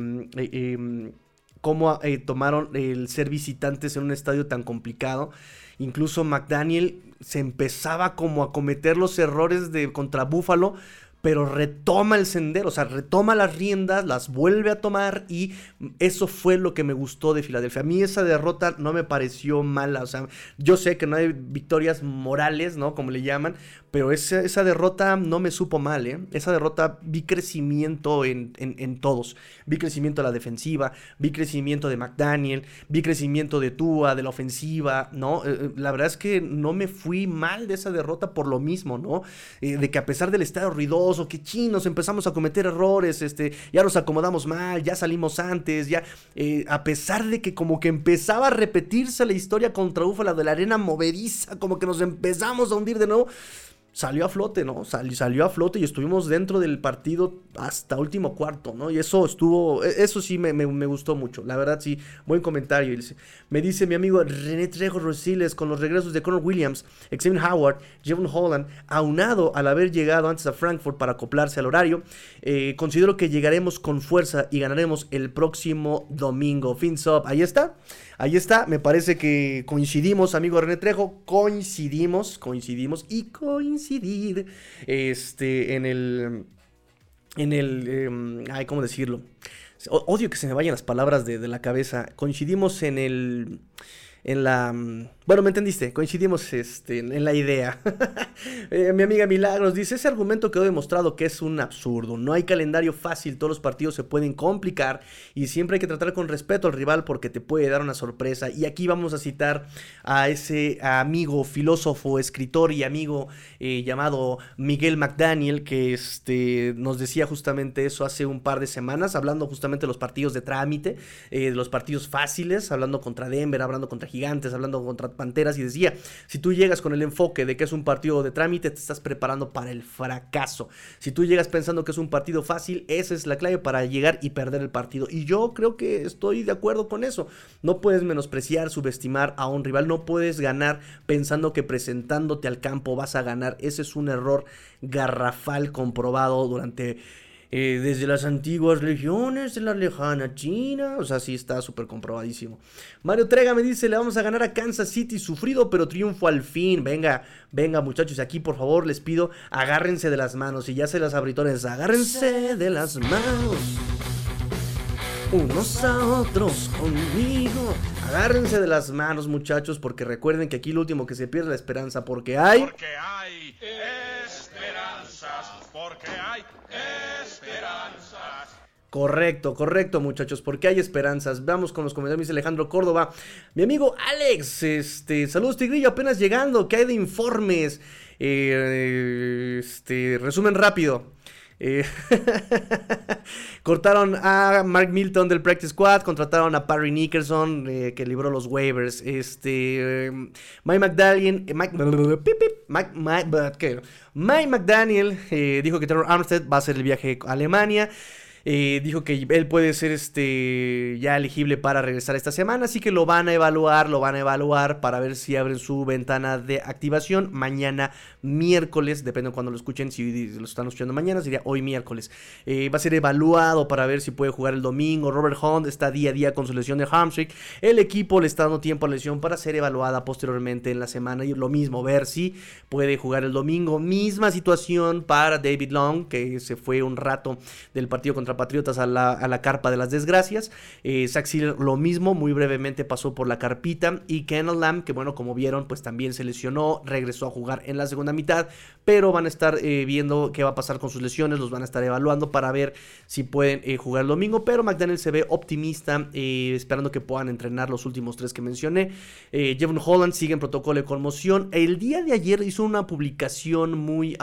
cómo tomaron el ser visitantes en un estadio tan complicado. Incluso McDaniel se empezaba como a cometer los errores contra Buffalo, pero retoma el sendero, o sea, retoma las riendas, las vuelve a tomar, y eso fue lo que me gustó de Filadelfia. A mí esa derrota no me pareció mala, o sea, yo sé que no hay victorias morales, ¿no? Como le llaman, pero esa derrota no me supo mal, ¿eh? Esa derrota vi crecimiento en todos. Vi crecimiento de la defensiva, vi crecimiento de McDaniel, vi crecimiento de Tua, de la ofensiva, ¿no? La verdad es que no me fui mal de esa derrota por lo mismo, ¿no? De que a pesar del estadio ruidoso, que chinos, empezamos a cometer errores, ya nos acomodamos mal, ya salimos antes, ya, a pesar de que como que empezaba a repetirse la historia contra Búfalo de la arena movediza, como que nos empezamos a hundir de nuevo. Salió a flote, ¿no? Salió a flote y estuvimos dentro del partido hasta último cuarto, ¿no? Y eso sí me gustó mucho, la verdad sí, buen comentario. Me dice mi amigo René Trejo Rosiles, con los regresos de Connor Williams, Xavier Howard, Jevon Holland, aunado al haber llegado antes a Frankfurt para acoplarse al horario, considero que llegaremos con fuerza y ganaremos el próximo domingo. Fins up, ahí está, me parece que coincidimos, amigo René Trejo, coincidimos ¿cómo decirlo? Odio que se me vayan las palabras de la cabeza. Coincidimos bueno, me entendiste, coincidimos en la idea. Mi amiga Milagros dice, ese argumento quedó demostrado que es un absurdo. No hay calendario fácil, todos los partidos se pueden complicar y siempre hay que tratar con respeto al rival porque te puede dar una sorpresa. Y aquí vamos a citar a ese amigo, filósofo, escritor y amigo llamado Miguel McDaniel, que nos decía justamente eso hace un par de semanas, hablando justamente de los partidos de trámite, de los partidos fáciles, hablando contra Denver, hablando contra Gigantes, hablando contra Panteras, y decía, si tú llegas con el enfoque de que es un partido de trámite, te estás preparando para el fracaso. Si tú llegas pensando que es un partido fácil, esa es la clave para llegar y perder el partido. Y yo creo que estoy de acuerdo con eso. No puedes menospreciar, subestimar a un rival, no puedes ganar pensando que presentándote al campo vas a ganar. Ese es un error garrafal comprobado desde las antiguas legiones de la lejana China. O sea, sí está súper comprobadísimo. Mario Trega me dice, le vamos a ganar a Kansas City, sufrido pero triunfo al fin. Venga muchachos, aquí por favor les pido, agárrense de las manos. Y ya se las abritones, agárrense de las manos. unos a otros conmigo. Agárrense de las manos, muchachos, porque recuerden que aquí lo último que se pierde es la esperanza, porque hay esperanzas, porque hay esperanzas. Correcto, correcto, muchachos, porque hay esperanzas. Vamos con los comentarios, dice Alejandro Córdoba. Mi amigo Alex, saludos Tigrillo, apenas llegando, ¿qué hay de informes? Resumen rápido. Cortaron a Mark Milton del Practice Squad, contrataron a Parry Nickerson, que libró los waivers. Mike McDaniel dijo que Terror Armstead va a hacer el viaje a Alemania. Dijo que él puede ser ya elegible para regresar esta semana, así que lo van a evaluar para ver si abren su ventana de activación mañana miércoles, depende de cuando lo escuchen, si lo están escuchando mañana sería hoy miércoles. Va a ser evaluado para ver si puede jugar el domingo. Robert Hunt está día a día con su lesión de hamstring, el equipo le está dando tiempo a la lesión para ser evaluada posteriormente en la semana, y lo mismo, ver si puede jugar el domingo. Misma situación para David Long, que se fue un rato del partido contra Patriotas a la carpa de las desgracias. Zach Sealer lo mismo, muy brevemente pasó por la carpita. Y Kendall Lamb, que bueno, como vieron, pues también se lesionó, regresó a jugar en la segunda mitad, pero van a estar viendo qué va a pasar con sus lesiones, los van a estar evaluando para ver si pueden jugar el domingo, pero McDaniel se ve optimista, esperando que puedan entrenar los últimos tres que mencioné. Jevon Holland sigue en protocolo de conmoción. El día de ayer hizo una publicación muy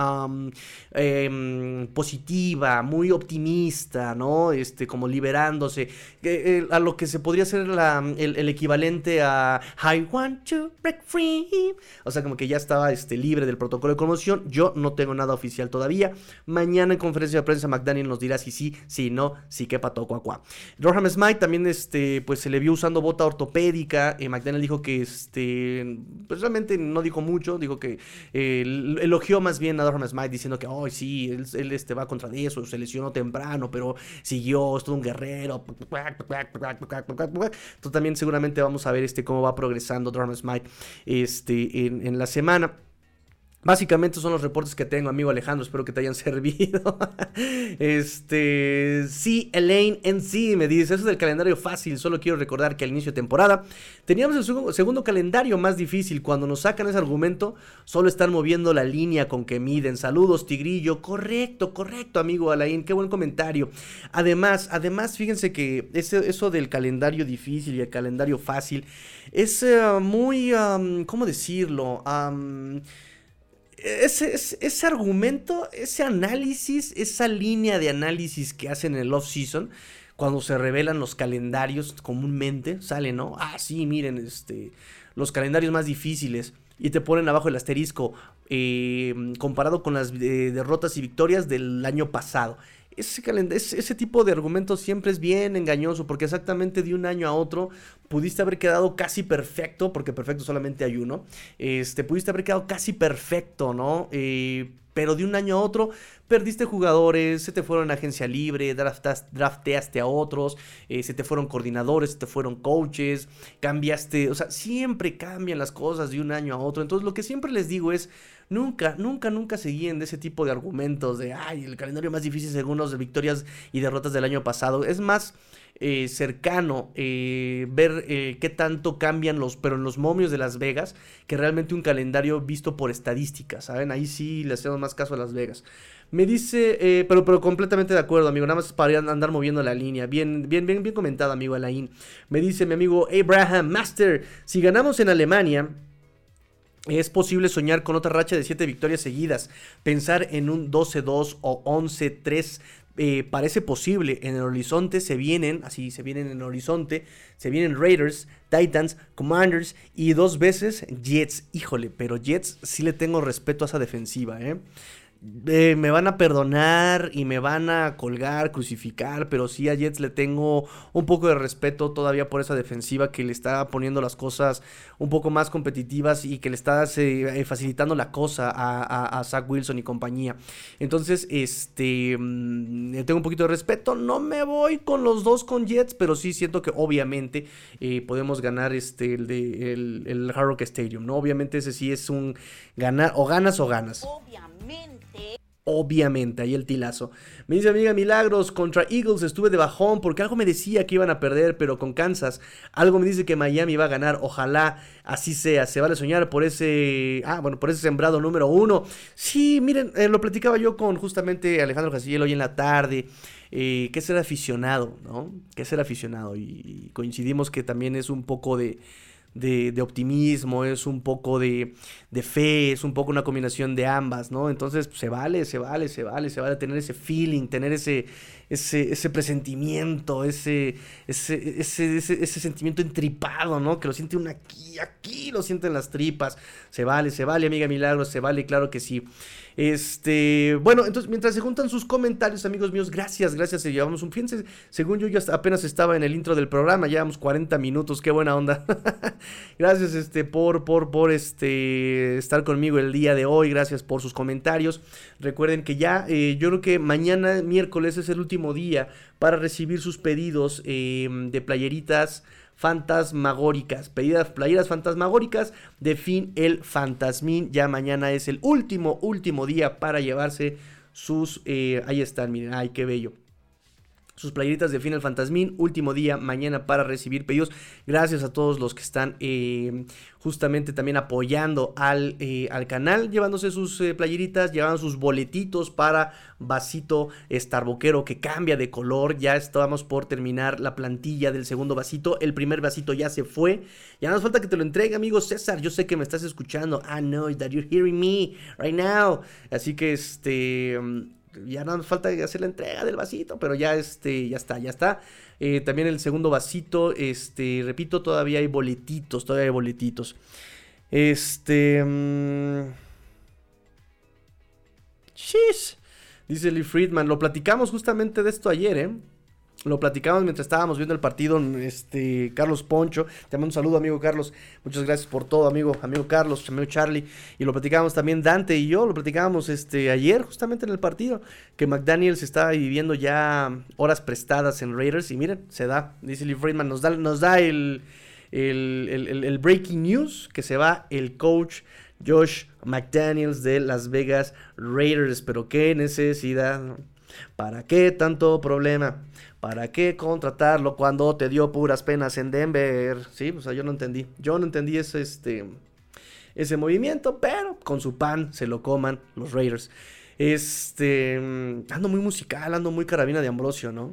positiva, muy optimista, ¿no? Como liberándose, a lo que se podría ser el equivalente a I want to break free, o sea, como que ya estaba libre del protocolo de conmoción. Yo no tengo nada oficial todavía. Mañana en conferencia de prensa McDaniel nos dirá si sí, si no, si que pato cuacuá. Durham Smythe también pues se le vio usando bota ortopédica. McDaniel dijo que pues realmente no dijo mucho, dijo que elogió más bien a Durham Smythe diciendo que sí, él va contra eso, se lesionó temprano, pero siguió, es todo un guerrero. Entonces también seguramente vamos a ver cómo va progresando Durham Smythe en la semana. Básicamente son los reportes que tengo, amigo Alejandro, espero que te hayan servido. Sí, Elaine en sí me dice, eso es el calendario fácil, solo quiero recordar que al inicio de temporada teníamos el segundo calendario más difícil. Cuando nos sacan ese argumento, solo están moviendo la línea con que miden. Saludos, Tigrillo. Correcto, amigo Alain, qué buen comentario. Además, fíjense que eso del calendario difícil y el calendario fácil es muy, ¿cómo decirlo? Ese argumento, ese análisis, esa línea de análisis que hacen en el off-season, cuando se revelan los calendarios comúnmente, sale, ¿no? Sí, miren, los calendarios más difíciles, y te ponen abajo el asterisco, comparado con las derrotas y victorias del año pasado. Ese tipo de argumentos siempre es bien engañoso, porque exactamente de un año a otro pudiste haber quedado casi perfecto, porque perfecto solamente hay uno. Pudiste haber quedado casi perfecto, ¿no? Pero de un año a otro perdiste jugadores, se te fueron a agencia libre, drafteaste a otros, se te fueron coordinadores, se te fueron coaches, cambiaste, o sea, siempre cambian las cosas de un año a otro. Entonces lo que siempre les digo es, nunca se guíen de ese tipo de argumentos de, el calendario más difícil según los de victorias y derrotas del año pasado. Es más cercano ver qué tanto cambian pero en los momios de Las Vegas, que realmente un calendario visto por estadísticas, ¿saben? Ahí sí le hacemos más caso a Las Vegas. Me dice, pero completamente de acuerdo, amigo, nada más para andar moviendo la línea. Bien comentado, amigo Alain. Me dice mi amigo Abraham Master, si ganamos en Alemania, es posible soñar con otra racha de 7 victorias seguidas. Pensar en un 12-2 o 11-3 parece posible. En el horizonte se vienen Raiders, Titans, Commanders y 2 veces Jets. Híjole, pero Jets sí le tengo respeto a esa defensiva, me van a perdonar y me van a colgar, crucificar, pero sí a Jets le tengo un poco de respeto todavía por esa defensiva que le está poniendo las cosas un poco más competitivas y que le está facilitando la cosa a Zach Wilson y compañía. Entonces, le tengo un poquito de respeto. No me voy con los dos con Jets, pero sí siento que obviamente podemos ganar el Hard Rock Stadium, ¿no? Obviamente ese sí es un ganar, o ganas o ganas. Obviamente. Obviamente, ahí el tilazo. Me dice amiga Milagros, contra Eagles estuve de bajón porque algo me decía que iban a perder, pero con Kansas. Algo me dice que Miami va a ganar. Ojalá así sea. Se vale soñar por ese. Por ese sembrado número 1. Sí, miren, lo platicaba yo con justamente Alejandro Jaciel hoy en la tarde. Que ser aficionado, ¿no? Que ser aficionado. Y coincidimos que también es un poco de optimismo, es un poco de fe, es un poco una combinación de ambas, ¿no? Entonces pues, se vale tener ese feeling, tener ese presentimiento, ese sentimiento entripado, ¿no? Que lo siente uno aquí lo sienten las tripas. Se vale, amiga Milagros, se vale, claro que sí. Bueno, entonces mientras se juntan sus comentarios, amigos míos, gracias, llevamos fíjense, según yo apenas estaba en el intro del programa, llevamos 40 minutos, qué buena onda. Gracias, por estar conmigo el día de hoy, gracias por sus comentarios. Recuerden que ya, yo creo que mañana, miércoles, es el último día para recibir sus pedidos de playeritas fantasmagóricas, playeras fantasmagóricas de Finn el Fantasmín. Ya mañana es el último día para llevarse sus, ahí están, miren, ay, qué bello. Sus playeritas de Final Fantasmín, último día mañana para recibir pedidos. Gracias a todos los que están justamente también apoyando al canal, llevándose sus playeritas, llevando sus boletitos para vasito starbuckero que cambia de color. Ya estamos por terminar la plantilla del segundo vasito. El primer vasito ya se fue. Ya no nos falta que te lo entregue, amigo César. Yo sé que me estás escuchando. I know that you're hearing me right now. Así que ya no nos falta hacer la entrega del vasito, pero ya ya está. También el segundo vasito, repito, todavía hay boletitos. Shish. Dice Lee Friedman, lo platicamos justamente de esto ayer, Lo platicamos mientras estábamos viendo el partido. Carlos Poncho, te mando un saludo, amigo Carlos. Muchas gracias por todo, amigo Carlos, amigo Charlie. Y lo platicábamos también Dante y yo, lo platicábamos ayer, justamente en el partido, que McDaniels estaba viviendo ya horas prestadas en Raiders. Y miren, se da, dice Lee Friedman, nos da el breaking news, que se va el coach Josh McDaniels de Las Vegas Raiders. Pero qué necesidad, ¿para qué tanto problema? ¿Para qué contratarlo cuando te dio puras penas en Denver? Sí, o sea, yo no entendí ese movimiento, pero con su pan se lo coman los Raiders. Ando muy musical, ando muy carabina de Ambrosio, ¿no?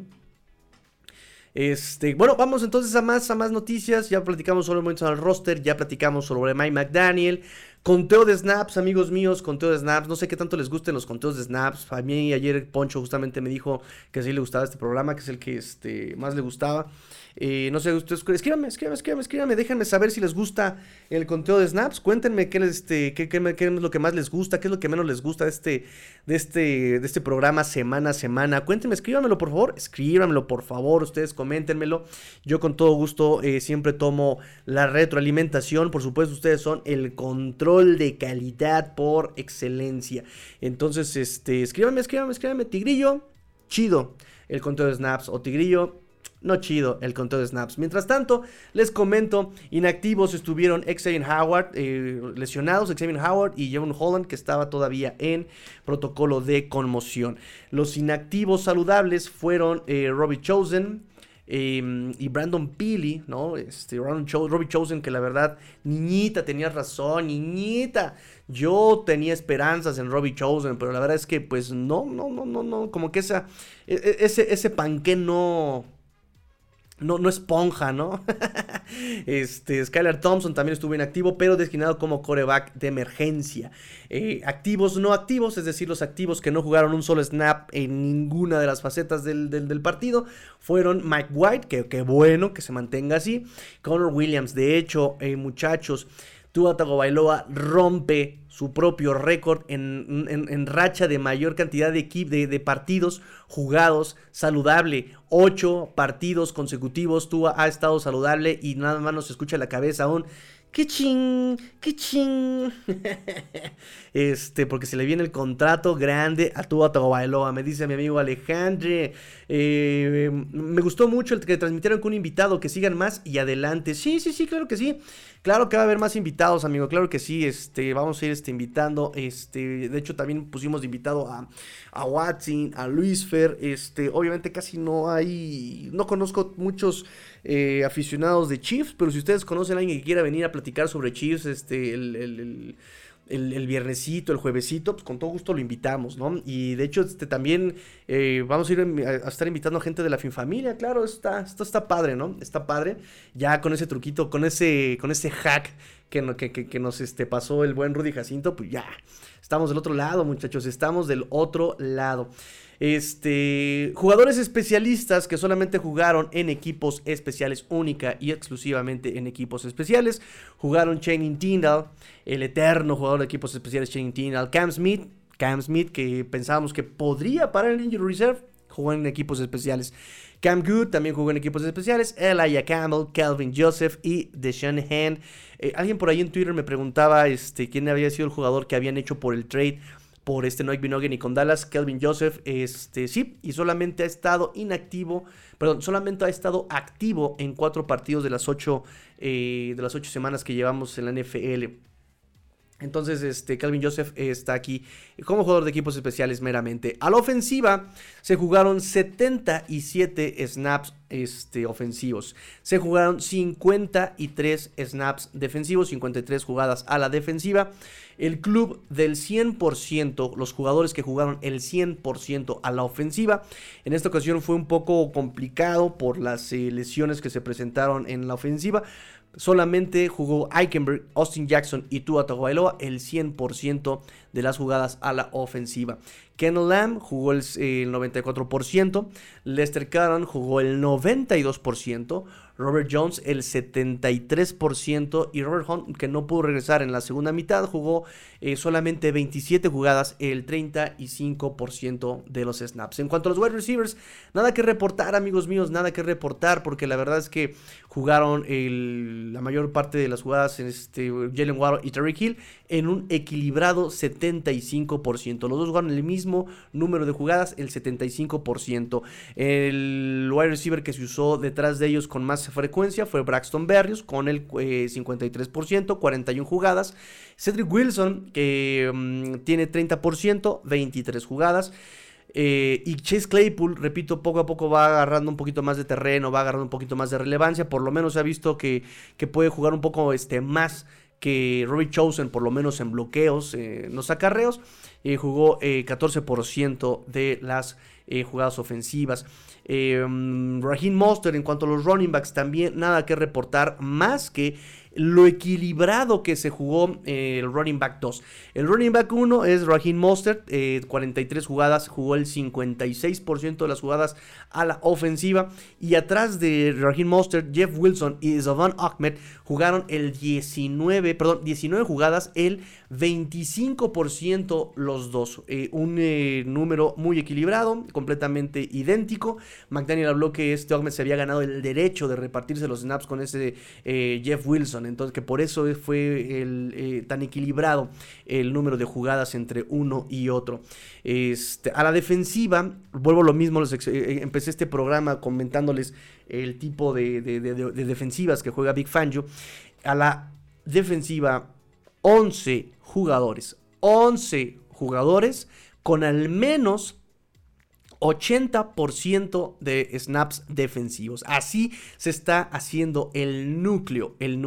Bueno, vamos entonces a más noticias. Ya platicamos sobre el momento del roster, ya platicamos sobre Mike McDaniel. Conteo de snaps, amigos míos, conteo de snaps. No sé qué tanto les gusten los conteos de snaps. A mí ayer Poncho justamente me dijo que sí le gustaba este programa, que es el que más le gustaba. No sé, ustedes escríbanme, déjenme saber si les gusta el conteo de snaps. Cuéntenme qué es lo que más les gusta, qué es lo que menos les gusta de este programa semana a semana. Cuéntenme, escríbanmelo por favor, ustedes coméntenmelo. Yo con todo gusto siempre tomo la retroalimentación. Por supuesto, ustedes son el control de calidad por excelencia. Entonces, escríbanme, Tigrillo, chido el conteo de snaps, o Tigrillo, no chido el conteo de snaps. Mientras tanto, les comento, inactivos estuvieron Xavier Howard, lesionados Xavier Howard y Jevon Holland, que estaba todavía en protocolo de conmoción. Los inactivos saludables fueron Robbie Chosen y Brandon Peely, ¿no? Robbie Chosen, que la verdad, niñita, tenías razón, niñita. Yo tenía esperanzas en Robbie Chosen, pero la verdad es que, pues, no, como que ese panqué no esponja, ¿no? Skylar Thompson también estuvo inactivo, pero designado como quarterback de emergencia. Activos, no activos, es decir, los activos que no jugaron un solo snap en ninguna de las facetas del partido, fueron Mike White, que bueno que se mantenga así, Connor Williams. De hecho, muchachos, Tua Tagovailoa rompe su propio récord en racha de mayor cantidad de partidos jugados saludable. 8 partidos consecutivos Tua ha estado saludable y nada más nos escucha la cabeza aún. ¡Qué ching! ¡Qué ching! Porque se le viene el contrato grande a Tua Tagovailoa, me dice mi amigo Alejandre. Me gustó mucho el que transmitieron con un invitado, que sigan más y adelante. Sí, claro que sí. Claro que va a haber más invitados, amigo, claro que sí. Vamos a ir invitando. De hecho, también pusimos de invitado a Watson, a Luis Fer. Obviamente casi no conozco muchos aficionados de Chiefs, pero si ustedes conocen a alguien que quiera venir a platicar sobre Chiefs, el viernesito, el juevesito, pues con todo gusto lo invitamos, ¿no? Y de hecho, también vamos a ir a estar invitando a gente de la FinFamilia, claro, esto está padre, ¿no? Está padre, ya con ese truquito, con ese hack que nos pasó el buen Rudy Jacinto, pues ya, estamos del otro lado, muchachos, estamos del otro lado. Jugadores especialistas que solamente jugaron en equipos especiales, única y exclusivamente en equipos especiales. Jugaron Channing Tindall, el eterno jugador de equipos especiales Channing Tindall. Cam Smith, que pensábamos que podría parar en Injury Reserve, jugó en equipos especiales. Cam Good también jugó en equipos especiales. Elijah Campbell, Kelvin Joseph y Deshaun Hand. Alguien por ahí en Twitter me preguntaba quién había sido el jugador que habían hecho por el trade por Noah Binogany y con Dallas. Kelvin Joseph, sí, y solamente ha estado activo en 4 partidos de las 8 semanas que llevamos en la NFL. Entonces, Kelvin Joseph está aquí como jugador de equipos especiales meramente. A la ofensiva se jugaron 77 snaps ofensivos. Se jugaron 53 snaps defensivos, 53 jugadas a la defensiva. El club del 100%, los jugadores que jugaron el 100% a la ofensiva. En esta ocasión fue un poco complicado por las lesiones que se presentaron en la ofensiva. Solamente jugó Eichenberg, Austin Jackson y Tua Tagovailoa el 100% de las jugadas a la ofensiva. Kendall Lamb jugó el 94%, Lester Carron jugó el 92%, Robert Jones el 73% y Robert Hunt, que no pudo regresar en la segunda mitad, jugó solamente 27 jugadas, el 35% de los snaps. En cuanto a los wide receivers, nada que reportar, amigos míos, nada que reportar, porque la verdad es que jugaron la mayor parte de las jugadas en Jalen Waddle y Tyreek Hill en un equilibrado 75%. Los dos jugaron el mismo número de jugadas, el 75%. El wide receiver que se usó detrás de ellos con más frecuencia fue Braxton Berrios con el 53%, 41 jugadas. Cedric Wilson, que tiene 30%, 23 jugadas. Y Chase Claypool, repito, poco a poco va agarrando un poquito más de terreno, va agarrando un poquito más de relevancia. Por lo menos se ha visto que puede jugar un poco más que Robbie Chosen, por lo menos en bloqueos, en los acarreos. Jugó 14% de las jugadas ofensivas. Raheem Mostert, en cuanto a los running backs, también nada que reportar más que lo equilibrado que se jugó el running back 2. El running back 1 es Raheem Mostert, 43 jugadas, jugó el 56% de las jugadas a la ofensiva. Y atrás de Raheem Mostert, Jeff Wilson y Salvon Ahmed jugaron 19 jugadas, el 25% los dos. Un número muy equilibrado, completamente idéntico. McDaniel habló que Ahmed se había ganado el derecho de repartirse los snaps con ese Jeff Wilson. Entonces, que por eso fue tan equilibrado el número de jugadas entre uno y otro. A la defensiva, vuelvo a lo mismo, empecé este programa comentándoles el tipo de defensivas que juega Big Fangio. A la defensiva, 11 jugadores con al menos 80% de snaps defensivos. Así se está haciendo el núcleo. En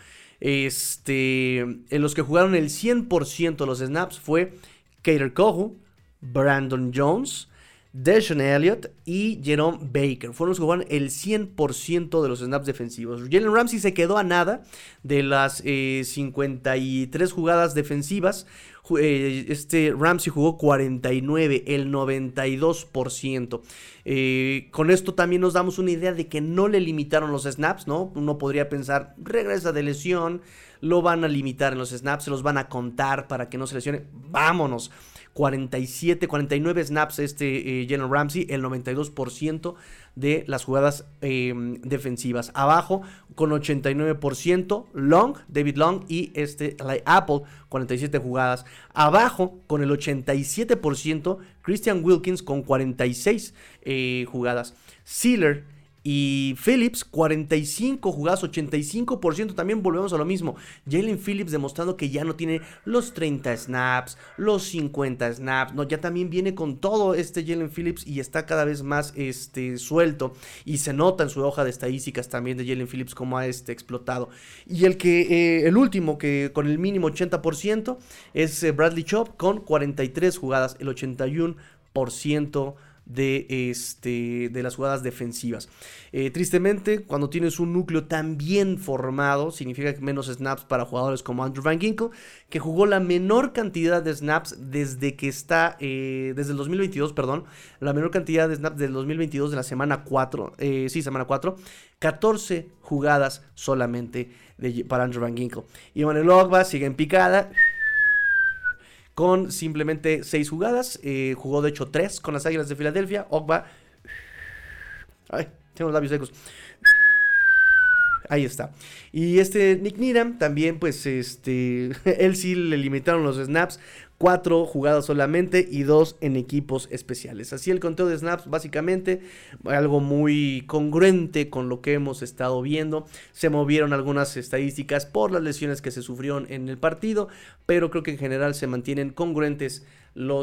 los que jugaron el 100% de los snaps fue Kader Kohou, Brandon Jones, Deshaun Elliott y Jerome Baker. Fueron los que jugaron el 100% de los snaps defensivos. Jalen Ramsey se quedó a nada de las 53 jugadas defensivas. Ramsey jugó 49, el 92%. Con esto también nos damos una idea de que no le limitaron los snaps, ¿no? Uno podría pensar, regresa de lesión, lo van a limitar en los snaps, se los van a contar para que no se lesione. Vámonos. 49 snaps Jalen Ramsey, el 92% de las jugadas defensivas. Abajo con 89% David Long y Apple, 47 jugadas. Abajo con el 87% Christian Wilkins con 46 jugadas. Sealer y Phillips, 45 jugadas, 85%. También volvemos a lo mismo. Jalen Phillips demostrando que ya no tiene los 30 snaps, los 50 snaps. No, ya también viene con todo Jalen Phillips y está cada vez más suelto. Y se nota en su hoja de estadísticas también de Jalen Phillips cómo ha explotado. Y el último que con el mínimo 80% es Bradley Chubb con 43 jugadas, el 81% de las jugadas defensivas. Tristemente, cuando tienes un núcleo tan bien formado, significa menos snaps para jugadores como Andrew Van Ginkel, que jugó la menor cantidad de snaps desde el 2022, la menor cantidad de snaps del 2022 de la semana 4, semana 4, 14 jugadas solamente para Andrew Van Ginkel. Y Emmanuel Ogbah sigue en picada, con simplemente 6 jugadas, jugó de hecho 3 con las Águilas de Filadelfia. Ogbah, tengo los labios secos. Ahí está. Y Nick Needham también, pues, él sí le limitaron los snaps. 4 jugadas solamente y 2 en equipos especiales. Así el conteo de snaps, básicamente, algo muy congruente con lo que hemos estado viendo. Se movieron algunas estadísticas por las lesiones que se sufrieron en el partido, pero creo que en general se mantienen congruentes la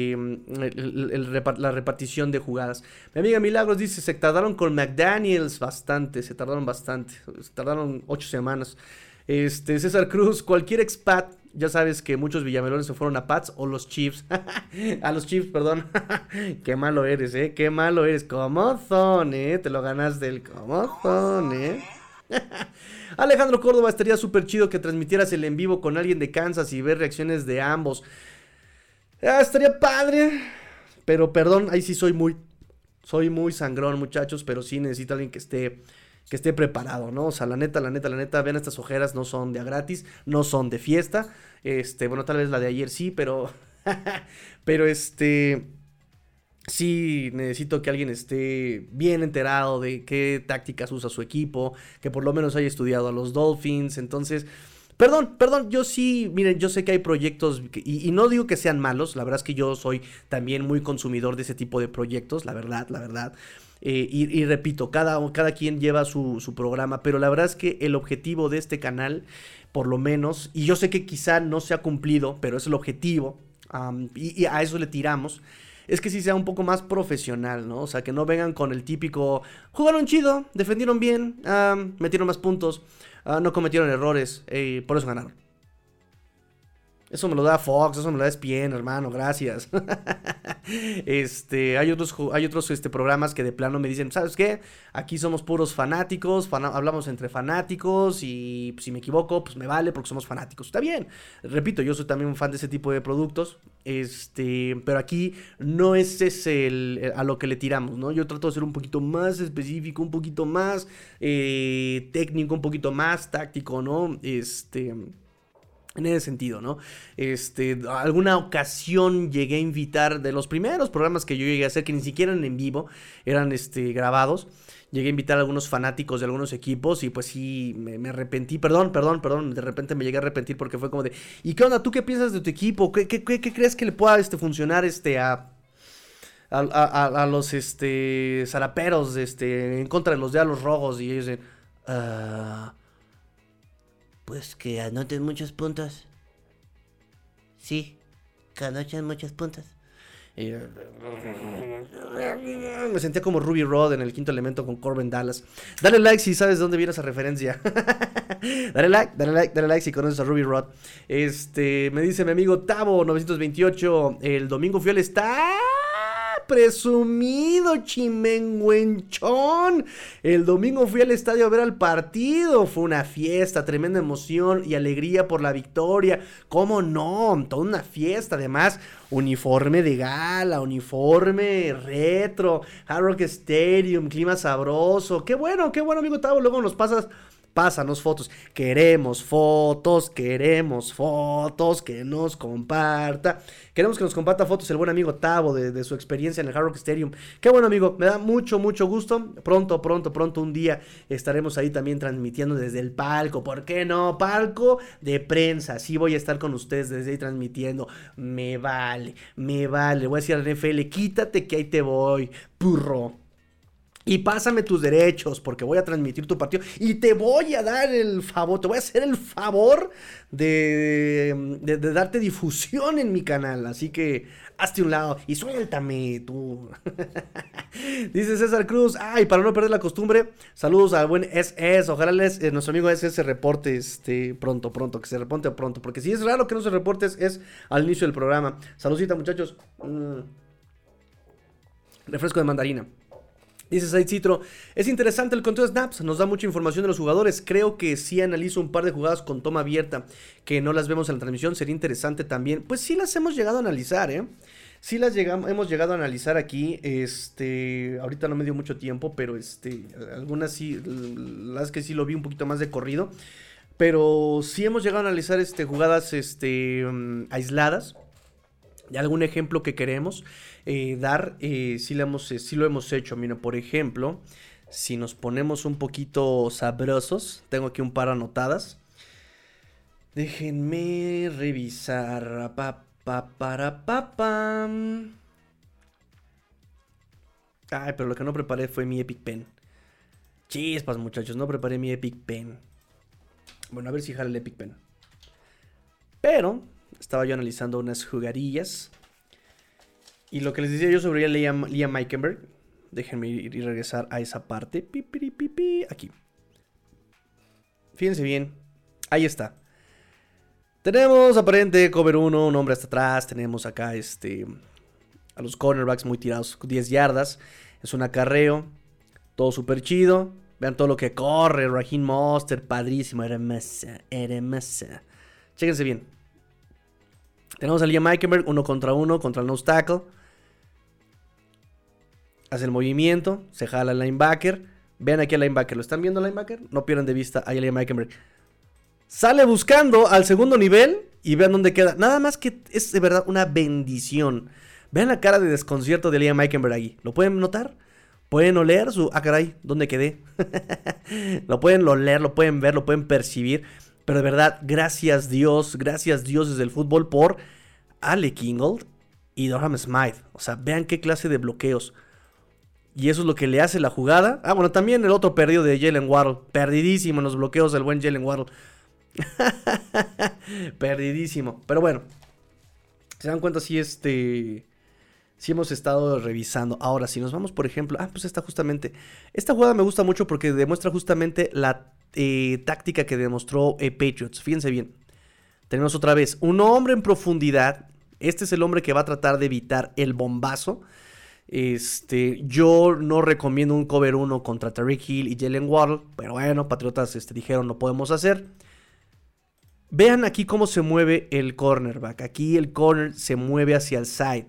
repartición de jugadas. Mi amiga Milagros dice, se tardaron con McDaniels bastante, se tardaron 8 semanas. César Cruz, cualquier expat, ya sabes que muchos villamelones se fueron a Pats o los Chiefs. A los Chiefs, perdón. Qué malo eres, qué malo eres. ¿Cómo son, te lo ganaste el cómo son, Alejandro Córdoba, estaría súper chido que transmitieras el en vivo con alguien de Kansas y ver reacciones de ambos. Estaría padre. Pero perdón, ahí sí soy muy sangrón, muchachos, pero sí necesito a alguien que esté preparado, ¿no? O sea, la neta, vean estas ojeras, no son de a gratis, no son de fiesta. Bueno, tal vez la de ayer sí, pero sí necesito que alguien esté bien enterado de qué tácticas usa su equipo, que por lo menos haya estudiado a los Dolphins. Entonces, perdón, yo sí, miren, yo sé que hay proyectos, y no digo que sean malos, la verdad es que yo soy también muy consumidor de ese tipo de proyectos, la verdad. Y repito, cada quien lleva su programa, pero la verdad es que el objetivo de este canal, por lo menos, y yo sé que quizá no se ha cumplido, pero es el objetivo, y a eso le tiramos, es que sí sea un poco más profesional, ¿no? O sea, que no vengan con el típico, jugaron chido, defendieron bien, metieron más puntos, no cometieron errores, por eso ganaron. Eso me lo da Fox, eso me lo da ESPN, hermano, gracias. Hay otros programas que de plano me dicen, ¿sabes qué? Aquí somos puros fanáticos, hablamos entre fanáticos y si me equivoco, pues me vale porque somos fanáticos. Está bien, repito, yo soy también un fan de ese tipo de productos, pero aquí no es ese a lo que le tiramos, ¿no? Yo trato de ser un poquito más específico, un poquito más técnico, un poquito más táctico, ¿no? En ese sentido, ¿no? Alguna ocasión llegué a invitar, de los primeros programas que yo llegué a hacer, que ni siquiera eran en vivo, eran grabados. Llegué a invitar a algunos fanáticos de algunos equipos y pues sí, me arrepentí, perdón, de repente me llegué a arrepentir porque fue como de, ¿y qué onda? ¿Tú qué piensas de tu equipo? ¿Qué crees que le pueda funcionar a los zaraperos en contra de los Diablos Rojos? Y ellos dicen, pues que anoten muchos puntos. Sí, que anoten muchos puntos. Me sentía como Ruby Rhod en El Quinto Elemento con Corbin Dallas. Dale like si sabes de dónde viene esa referencia. Dale like si conoces a Ruby Rhod. Me dice mi amigo Tavo 928. El domingo fui al presumido chimenguenchón. El domingo fui al estadio a ver al partido. Fue una fiesta, tremenda emoción y alegría por la victoria. ¿Cómo no? Toda una fiesta. Además, uniforme de gala, uniforme retro, Hard Rock Stadium, clima sabroso. Qué bueno, amigo Tavo. Luego nos pasas Pásanos fotos. Queremos fotos, que nos comparta. Queremos que nos comparta fotos el buen amigo Tavo de su experiencia en el Hard Rock Stadium. Qué bueno, amigo, me da mucho gusto. Pronto un día estaremos ahí también transmitiendo desde el palco. ¿Por qué no? Palco de prensa. Sí voy a estar con ustedes desde ahí transmitiendo. Me vale. Voy a decir al NFL, quítate que ahí te voy, burro. Y pásame tus derechos, porque voy a transmitir tu partido. Y te voy a dar el favor, te voy a hacer el favor de darte difusión en mi canal. Así que hazte un lado y suéltame tú. Dice César Cruz, ay, para no perder la costumbre, saludos al buen SS. Ojalá nuestro amigo SS se reporte pronto, que se reporte pronto. Porque si es raro que no se reporte, es al inicio del programa. Saludcita, muchachos. Refresco de mandarina. Dice Said Citro, es interesante el conteo de snaps, nos da mucha información de los jugadores. Creo que si analizo un par de jugadas con toma abierta que no las vemos en la transmisión, sería interesante también. Pues sí las hemos llegado a analizar, Sí hemos llegado a analizar aquí. Ahorita no me dio mucho tiempo, pero algunas sí, las que sí lo vi un poquito más de corrido. Pero sí hemos llegado a analizar jugadas aisladas. De algún ejemplo que queremos dar, sí lo hemos hecho. Mira, por ejemplo, si nos ponemos un poquito sabrosos, tengo aquí un par anotadas. Déjenme revisar. Ay, pero lo que no preparé fue mi Epic Pen. Chispas, muchachos, no preparé mi Epic Pen. Bueno, a ver si jala el Epic Pen. Pero estaba yo analizando unas jugadillas. Y lo que les decía yo sobre Liam Eichenberg. Déjenme ir y regresar a esa parte. Aquí. Fíjense bien. Ahí está. Tenemos aparente cover 1, un hombre hasta atrás. Tenemos acá a los cornerbacks muy tirados, 10 yardas. Es un acarreo. Todo súper chido. Vean todo lo que corre. Raheem Mostert, padrísimo. Hermosa. Chéquense bien. Tenemos a Liam Eichenberg, 1 contra 1 contra el nose tackle. Hace el movimiento, se jala el linebacker. Vean aquí al linebacker, ¿lo están viendo al linebacker? No pierdan de vista a Liam Eichenberg. Sale buscando al segundo nivel y vean dónde queda. Nada más que es de verdad una bendición. Vean la cara de desconcierto de Liam Eichenberg ahí. ¿Lo pueden notar? ¿Pueden oler su... Ah, caray, ¿dónde quedé? Lo pueden oler, lo pueden ver, lo pueden percibir. Pero de verdad, gracias dioses del fútbol por Alec Ingold y Durham Smythe. O sea, vean qué clase de bloqueos. Y eso es lo que le hace la jugada. Ah, bueno, también el otro perdido de Jalen Waddle. Perdidísimo en los bloqueos del buen Jalen Waddle. Perdidísimo. Pero bueno, se dan cuenta si sí hemos estado revisando. Ahora, si nos vamos, por ejemplo... Ah, pues esta jugada me gusta mucho porque demuestra justamente la táctica que demostró Patriots. Fíjense bien. Tenemos otra vez un hombre en profundidad. Este es el hombre que va a tratar de evitar el bombazo. Yo no recomiendo un cover 1 contra Tyreek Hill y Jalen Waddle. Pero bueno, Patriotas dijeron no podemos hacer. Vean aquí cómo se mueve el cornerback. Aquí el corner se mueve hacia el side.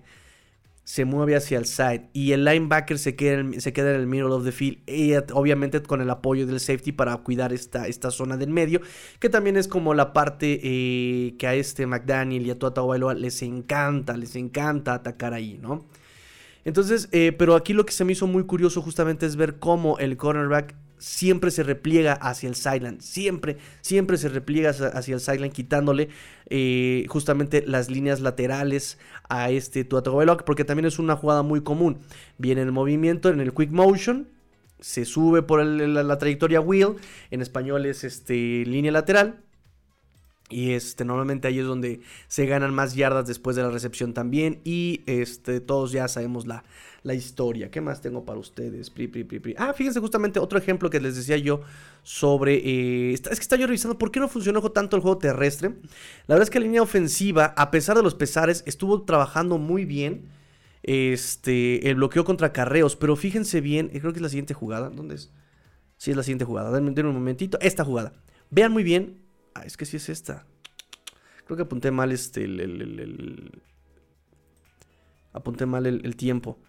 Y el linebacker se queda en el middle of the field. Y obviamente con el apoyo del safety para cuidar esta zona del medio. Que también es como la parte que a McDaniel y a Tua Tagovailoa les encanta atacar ahí, ¿no? Entonces, pero aquí lo que se me hizo muy curioso justamente es ver cómo el cornerback siempre se repliega hacia el sideline. Siempre se repliega hacia el sideline, quitándole justamente las líneas laterales a Tua Tagovailoa, porque también es una jugada muy común. Viene el movimiento en el quick motion, se sube por la trayectoria wheel, en español es línea lateral. Y normalmente ahí es donde se ganan más yardas después de la recepción también. Y todos ya sabemos la historia. ¿Qué más tengo para ustedes? Ah, fíjense justamente otro ejemplo que les decía yo sobre... es que estaba yo revisando por qué no funcionó tanto el juego terrestre. La verdad es que la línea ofensiva, a pesar de los pesares, estuvo trabajando muy bien. El bloqueo contra acarreos. Pero fíjense bien, creo que es la siguiente jugada. ¿Dónde es? Sí, es la siguiente jugada. Denme un momentito. Esta jugada. Vean muy bien. Ah, es que sí es esta. Creo que apunté mal apunté mal el tiempo.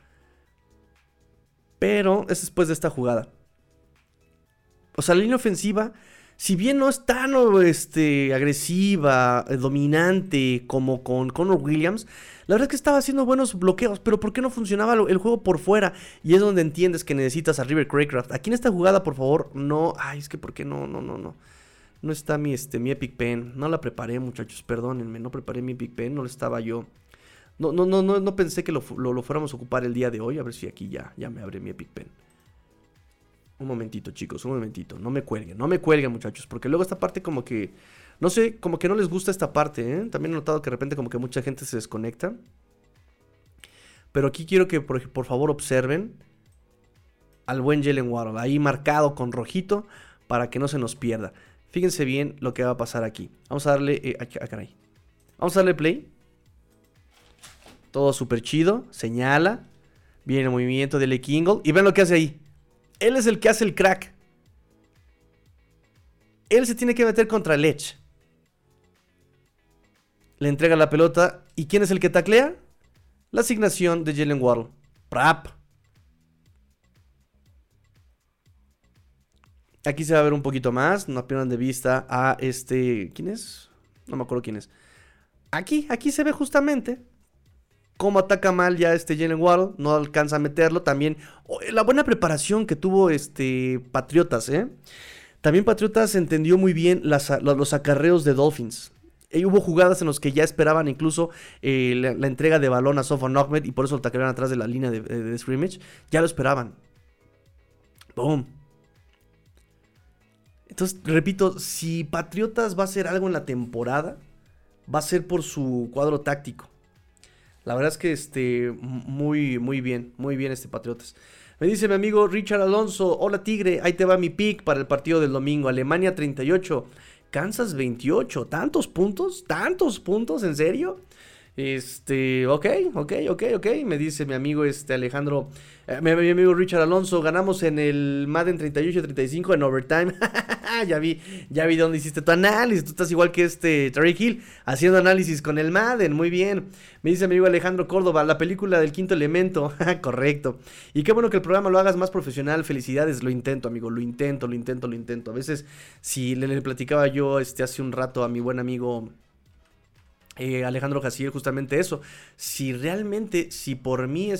Pero es después de esta jugada. O sea, la línea ofensiva si bien no es tan agresiva, dominante como con Connor Williams, la verdad es que estaba haciendo buenos bloqueos, pero ¿por qué no funcionaba el juego por fuera? Y es donde entiendes que necesitas a River Craycraft. Aquí en esta jugada, por favor, no... Ay, es que ¿por qué no? No está mi Epic Pen. No la preparé, muchachos, perdónenme. No preparé mi Epic Pen, no lo estaba yo. No pensé que lo fuéramos a ocupar el día de hoy. A ver si aquí ya me abre mi Epic Pen. Un momentito, chicos, un momentito. No me cuelguen, muchachos. Porque luego esta parte como que... No sé, como que no les gusta esta parte, ¿eh? También he notado que de repente como que mucha gente se desconecta. Pero aquí quiero que por favor observen al buen Jalen Waddle. Ahí marcado con rojito para que no se nos pierda. Fíjense bien lo que va a pasar aquí. Vamos a darle... caray. Vamos a darle play. Todo súper chido. Señala. Viene el movimiento de Lake Ingle. Y ven lo que hace ahí. Él es el que hace el crack. Él se tiene que meter contra el Edge. Le entrega la pelota. ¿Y quién es el que taclea? La asignación de Jalen Waddle. Prap. Aquí se va a ver un poquito más. No pierdan de vista a ¿quién es? No me acuerdo quién es. Aquí se ve justamente cómo ataca mal ya Jalen Waddle. No alcanza a meterlo. También la buena preparación que tuvo Patriotas, También Patriotas entendió muy bien los acarreos de Dolphins. Hubo jugadas en las que ya esperaban incluso la entrega de balón a Sofon Ahmed y por eso lo taclearon atrás de la línea de scrimmage. Ya lo esperaban. Boom. Entonces, repito, si Patriotas va a hacer algo en la temporada, va a ser por su cuadro táctico. La verdad es que muy bien Patriotas. Me dice mi amigo Richard Alonso, hola Tigre, ahí te va mi pick para el partido del domingo. Alemania 38, Kansas 28, ¿tantos puntos? ¿En serio? Ok, me dice mi amigo Alejandro, mi amigo Richard Alonso, ganamos en el Madden 38-35 en overtime. ya vi dónde hiciste tu análisis. Tú estás igual que Tariq Hill, haciendo análisis con el Madden, muy bien. Me dice mi amigo Alejandro Córdoba, la película del Quinto Elemento. Correcto. Y qué bueno que el programa lo hagas más profesional, felicidades. Lo intento, amigo, lo intento. A veces, si le platicaba yo hace un rato a mi buen amigo Alejandro Jaciel, justamente eso. Si realmente, si por mí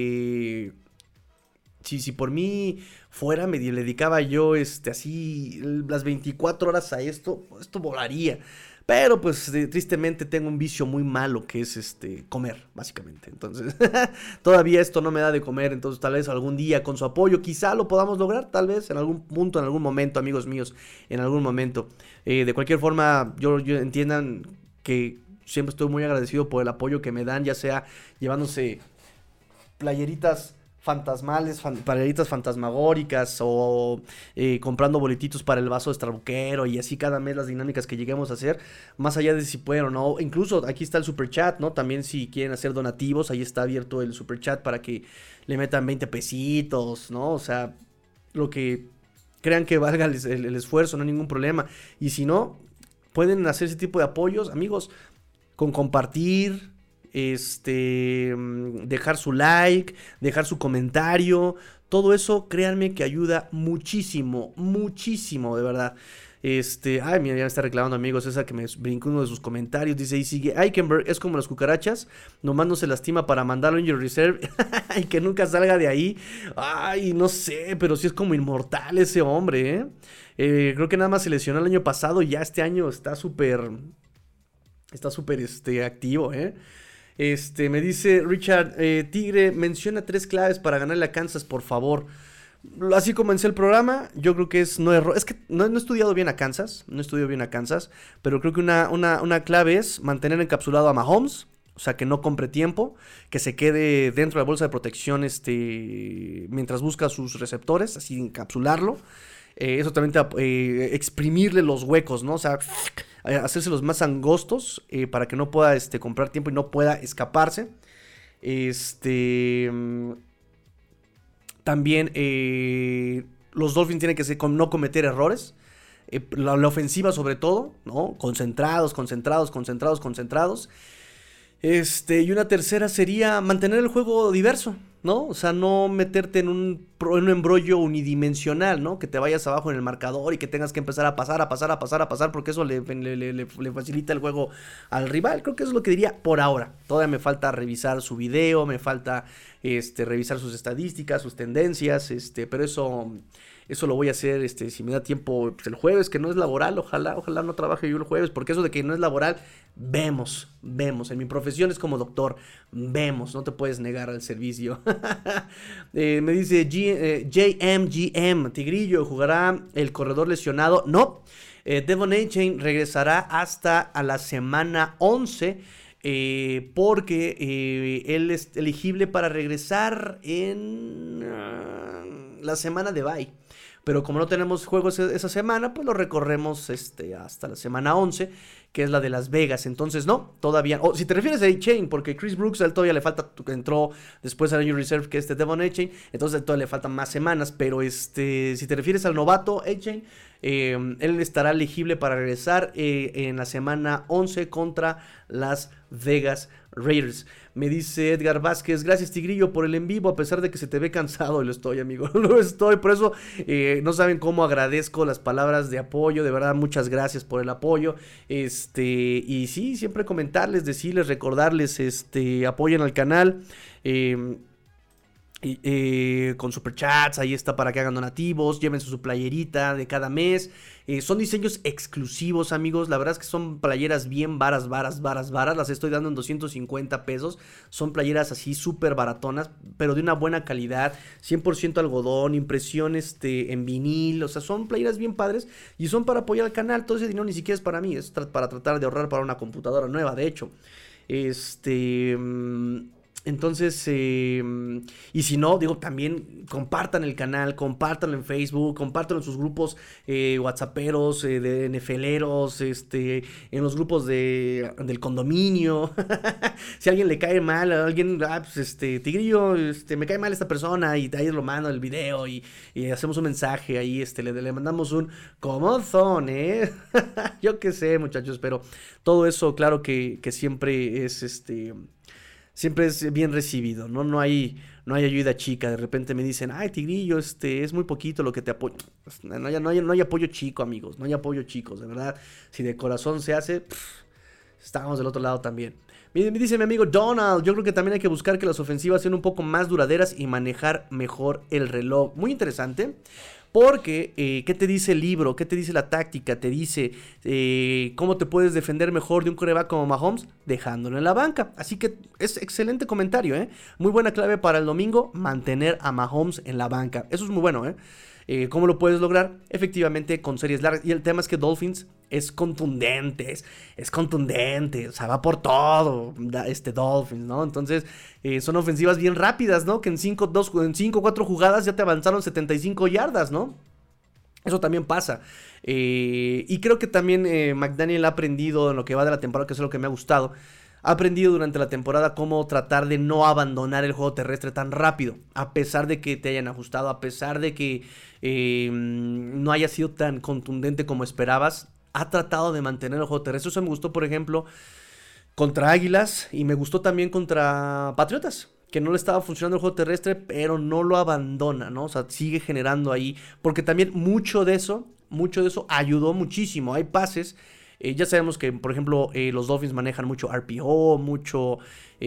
si por mí fuera, me le dedicaba yo así las 24 horas a esto volaría. Pero pues tristemente tengo un vicio muy malo que es comer, básicamente. Entonces, todavía esto no me da de comer. Entonces, tal vez algún día con su apoyo, quizá lo podamos lograr. Tal vez en algún punto, en algún momento, amigos míos, en algún momento. De cualquier forma, yo entiendan que siempre estoy muy agradecido por el apoyo que me dan, ya sea llevándose playeritas fantasmales, playeritas fantasmagóricas o comprando boletitos para el vaso de Starbuquero y así cada mes las dinámicas que lleguemos a hacer, más allá de si pueden o no. Incluso aquí está el super chat, ¿no? También si quieren hacer donativos, ahí está abierto el super chat para que le metan 20 pesitos, ¿no? O sea, lo que crean que valga el esfuerzo, no hay ningún problema. Y si no, pueden hacer ese tipo de apoyos, amigos, con compartir, dejar su like, dejar su comentario, todo eso, créanme que ayuda muchísimo, de verdad. Ay, mira, ya me está reclamando, amigos, esa que me brincó uno de sus comentarios, dice, y sigue, Eichenberg es como las cucarachas, nomás no se lastima para mandarlo en your reserve, y que nunca salga de ahí. Ay, no sé, pero sí es como inmortal ese hombre, creo que nada más se lesionó el año pasado y ya este año está súper activo, me dice Richard, Tigre, menciona 3 claves para ganarle a Kansas, por favor. Así comencé el programa, yo creo que es que no he estudiado bien a Kansas, pero creo que una clave es mantener encapsulado a Mahomes, o sea, que no compre tiempo, que se quede dentro de la bolsa de protección mientras busca sus receptores, así encapsularlo. Eso también exprimirle los huecos, ¿no? O sea, hacérselos más angostos para que no pueda comprar tiempo y no pueda escaparse. También los Dolphins tienen que no cometer errores. La ofensiva sobre todo, ¿no? Concentrados. Y una tercera sería mantener el juego diverso, ¿no? O sea, no meterte en un embrollo unidimensional, ¿no? Que te vayas abajo en el marcador y que tengas que empezar a pasar, porque eso le facilita el juego al rival. Creo que eso es lo que diría por ahora. Todavía me falta revisar su video, me falta revisar sus estadísticas, sus tendencias, pero eso lo voy a hacer, si me da tiempo, pues, el jueves, que no es laboral. Ojalá no trabaje yo el jueves, porque eso de que no es laboral, vemos. En mi profesión es como doctor, no te puedes negar al servicio. Me dice JMGM, Tigrillo, ¿jugará el corredor lesionado? No, Devon Achane regresará hasta a la semana 11, porque él es elegible para regresar en la semana de bye. Pero como no tenemos juegos esa semana, pues lo recorremos hasta la semana 11, que es la de Las Vegas. Entonces, no, todavía. Si te refieres a Achane, porque Chris Brooks, a él todavía le falta, entró después al Injury Reserve, que es Devon Achane, entonces todavía le faltan más semanas. Pero si te refieres al novato Achane, él estará elegible para regresar en la semana 11 contra Las Vegas Raiders. Me dice Edgar Vázquez, gracias Tigrillo por el en vivo, a pesar de que se te ve cansado. Y lo estoy, amigo, lo estoy. Por eso no saben cómo agradezco las palabras de apoyo. De verdad, muchas gracias por el apoyo. Y sí, siempre comentarles, decirles, recordarles, apoyen al canal. Con superchats, ahí está para que hagan donativos, llévense su playerita de cada mes. Son diseños exclusivos, amigos. La verdad es que son playeras bien varas. Las estoy dando en 250 pesos. Son playeras así súper baratonas, pero de una buena calidad, 100% algodón, impresión en vinil. O sea, son playeras bien padres y son para apoyar al canal. Todo ese dinero ni siquiera es para mí, es para tratar de ahorrar para una computadora nueva, de hecho. Entonces, y si no, digo, también compartan el canal, compártanlo en Facebook, compártanlo en sus grupos whatsapperos, de NFLeros, en los grupos del condominio. Si a alguien le cae mal, a alguien, Tigrillo, me cae mal esta persona, y ahí lo mando el video y hacemos un mensaje ahí, le mandamos un ¿cómo son, Yo qué sé, muchachos, pero todo eso, claro que siempre es siempre es bien recibido, ¿no? No hay ayuda chica. De repente me dicen, ay, Tigrillo, es muy poquito lo que te apoyo. No hay apoyo chico, amigos. No hay apoyo chicos, de verdad. Si de corazón se hace, estamos del otro lado también. Me dice mi amigo Donald, yo creo que también hay que buscar que las ofensivas sean un poco más duraderas y manejar mejor el reloj. Muy interesante. Porque, ¿qué te dice el libro? ¿Qué te dice la táctica? Te dice cómo te puedes defender mejor de un quarterback como Mahomes dejándolo en la banca. Así que es excelente comentario, ¿eh? Muy buena clave para el domingo, mantener a Mahomes en la banca. Eso es muy bueno, ¿eh? ¿Cómo lo puedes lograr? Efectivamente, con series largas. Y el tema es que Dolphins es contundente, es contundente, o sea, va por todo, Dolphins, ¿no? Entonces, son ofensivas bien rápidas, ¿no? Que en 5 o 4 jugadas ya te avanzaron 75 yardas, ¿no? Eso también pasa. Y creo que también McDaniel ha aprendido en lo que va de la temporada, que es lo que me ha gustado. Ha aprendido durante la temporada cómo tratar de no abandonar el juego terrestre tan rápido, a pesar de que te hayan ajustado, a pesar de que no haya sido tan contundente como esperabas. Ha tratado de mantener el juego terrestre. Eso me gustó, por ejemplo, contra Águilas, y me gustó también contra Patriotas, que no le estaba funcionando el juego terrestre, pero no lo abandona, ¿no? O sea, sigue generando ahí, porque también mucho de eso ayudó muchísimo. Hay pases, ya sabemos que, por ejemplo, los Dolphins manejan mucho RPO, mucho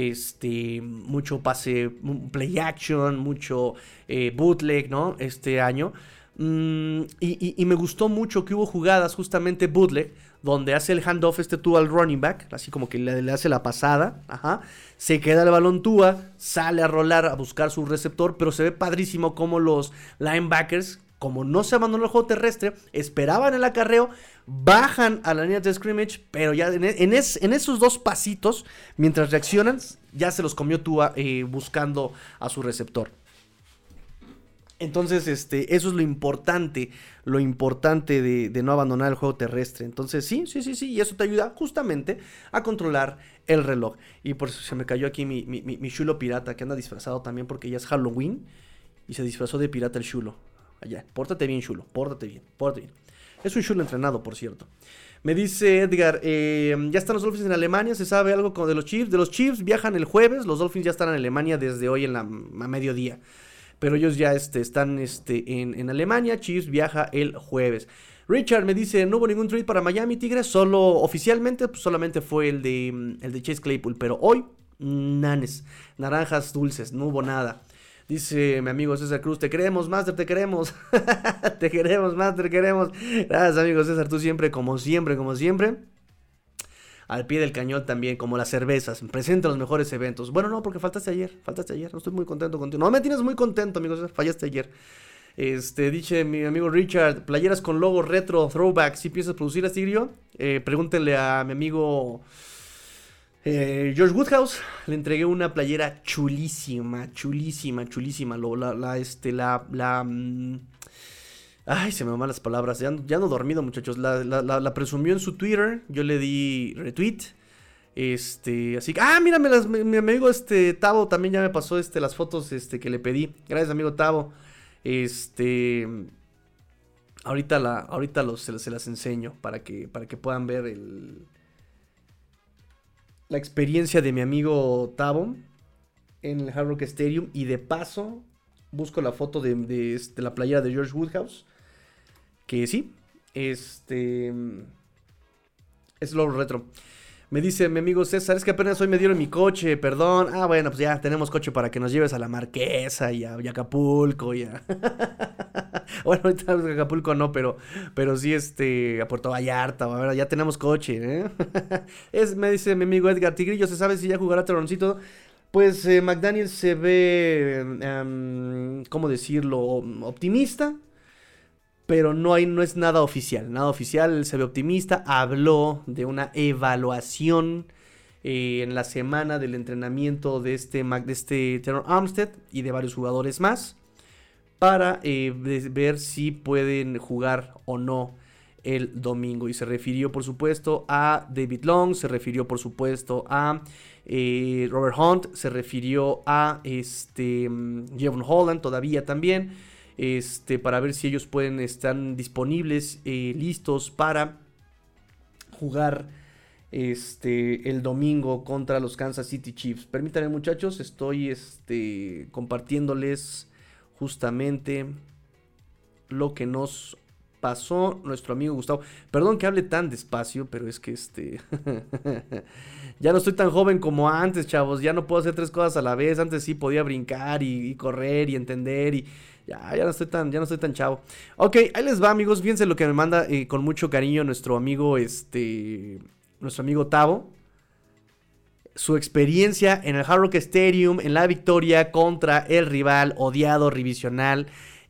pase, play action, mucho bootleg, ¿no? Este año. Y me gustó mucho que hubo jugadas, justamente bootleg, donde hace el handoff Tua al running back, así como que le hace la pasada, se queda el balón Tua, sale a rolar a buscar su receptor, pero se ve padrísimo como los linebackers, como no se abandonó el juego terrestre, esperaban el acarreo, bajan a la línea de scrimmage, pero ya en esos 2 pasitos, mientras reaccionan, ya se los comió Tua buscando a su receptor. Entonces, eso es lo importante de no abandonar el juego terrestre. Entonces, sí, y eso te ayuda justamente a controlar el reloj. Y por eso se me cayó aquí mi chulo pirata, que anda disfrazado también porque ya es Halloween, y se disfrazó de pirata el chulo. Allá, pórtate bien, chulo, pórtate bien. Es un shooter entrenado, por cierto. Me dice Edgar, ya están los Dolphins en Alemania, ¿se sabe algo de los Chiefs? De los Chiefs viajan el jueves, los Dolphins ya están en Alemania desde hoy a mediodía. Pero ellos ya están en Alemania, Chiefs viaja el jueves. Richard me dice, no hubo ningún trade para Miami, Tigres, solo oficialmente, pues solamente fue el de Chase Claypool, pero hoy, naranjas dulces, no hubo nada. Dice mi amigo César Cruz, te queremos, Master, te queremos. Te queremos, Master, te queremos. Gracias, amigo César, tú siempre, como siempre. Al pie del cañón también, como las cervezas, presente los mejores eventos. Bueno, no, porque faltaste ayer, no estoy muy contento contigo. No me tienes muy contento, amigo César, fallaste ayer. Dice mi amigo Richard, playeras con logo retro, throwback, ¿sí piensas producirlas, Tigrio? Pregúntenle a mi amigo George Woodhouse. Le entregué una playera chulísima. Ay, se me van las palabras. Ya no dormido, muchachos. La presumió en su Twitter. Yo le di retweet. Así que. Mira, mi amigo Tavo también ya me pasó las fotos que le pedí. Gracias, amigo Tavo. Ahorita se las enseño para que puedan ver la experiencia de mi amigo Tavo en el Hard Rock Stadium. Y de paso busco la foto de la playera de George Woodhouse. Que sí, es logo retro. Me dice mi amigo César, es que apenas hoy me dieron mi coche, perdón. Bueno, pues ya tenemos coche para que nos lleves a la Marquesa y a Acapulco Bueno, ahorita a Acapulco no, pero sí a Puerto Vallarta, a ver, ya tenemos coche, me dice mi amigo Edgar Tigrillo, ¿se sabe si ya jugará Terroncito? Pues McDaniel se ve, ¿cómo decirlo? Optimista. Pero no es nada oficial, él se ve optimista, habló de una evaluación en la semana del entrenamiento de Terron Armstead y de varios jugadores más, para ver si pueden jugar o no el domingo, y se refirió por supuesto a David Long, se refirió por supuesto a Robert Hunt, se refirió a Jevon Holland todavía también, para ver si ellos están disponibles, listos para jugar el domingo contra los Kansas City Chiefs. Permítanme, muchachos, estoy compartiéndoles justamente lo que nos pasó nuestro amigo Gustavo. Perdón que hable tan despacio, pero es que ya no estoy tan joven como antes, chavos. Ya no puedo hacer 3 cosas a la vez. Antes sí podía brincar y correr y entender y ya no estoy tan chavo. Ok, ahí les va, amigos. Fíjense lo que me manda con mucho cariño nuestro amigo Tavo. Su experiencia en el Hard Rock Stadium, en la victoria contra el rival odiado divisional,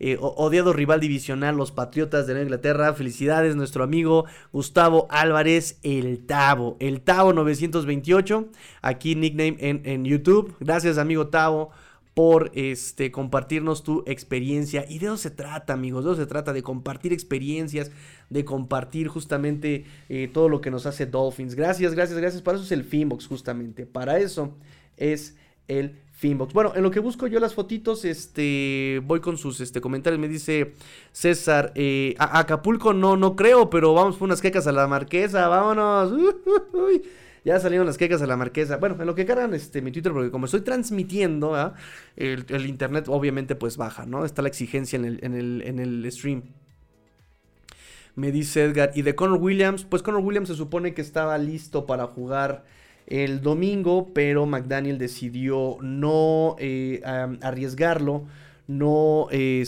los Patriotas de Nueva Inglaterra. Felicidades, nuestro amigo Gustavo Álvarez, el Tavo 928, aquí nickname en YouTube. Gracias, amigo Tavo, por compartirnos tu experiencia. Y de eso se trata, amigos, de eso se trata, de compartir experiencias, de compartir justamente todo lo que nos hace Dolphins. Gracias, para eso es el Finbox, justamente, para eso es el Finbox. Bueno, en lo que busco yo las fotitos, voy con sus comentarios. Me dice César, a Acapulco no creo, pero vamos por unas quecas a la Marquesa, vámonos. Ya salieron las quecas a la Marquesa. Bueno, en lo que cargan mi Twitter, porque como estoy transmitiendo, el internet obviamente pues baja, ¿no? Está la exigencia en el stream. Me dice Edgar, ¿y de Connor Williams? Pues Connor Williams se supone que estaba listo para jugar el domingo, pero McDaniel decidió no arriesgarlo, no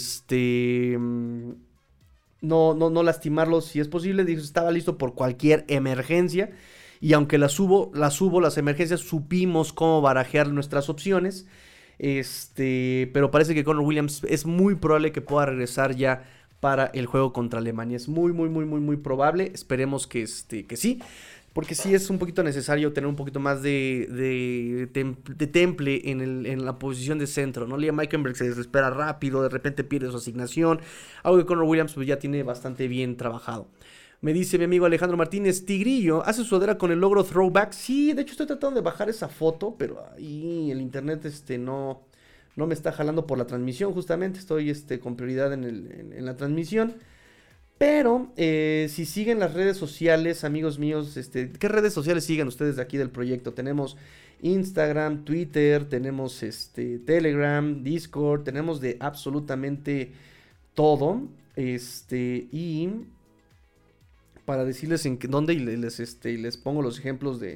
lastimarlo si es posible. Dijo, estaba listo por cualquier emergencia. Y aunque las emergencias, supimos cómo barajear nuestras opciones. Pero parece que Connor Williams es muy probable que pueda regresar ya para el juego contra Alemania. Es muy probable. Esperemos que sí. Porque sí es un poquito necesario tener un poquito más de temple en la posición de centro, ¿no? Liam Eichenberg se desespera rápido, de repente pierde su asignación. Algo que Connor Williams pues ya tiene bastante bien trabajado. Me dice mi amigo Alejandro Martínez, Tigrillo, ¿hace sudadera con el logro throwback? Sí, de hecho estoy tratando de bajar esa foto, pero ahí el internet no me está jalando por la transmisión, justamente. Estoy con prioridad en la transmisión. Pero si siguen las redes sociales, amigos míos, ¿qué redes sociales siguen ustedes de aquí del proyecto? Tenemos Instagram, Twitter, tenemos Telegram, Discord, tenemos de absolutamente todo. Y para decirles en dónde y les pongo los ejemplos de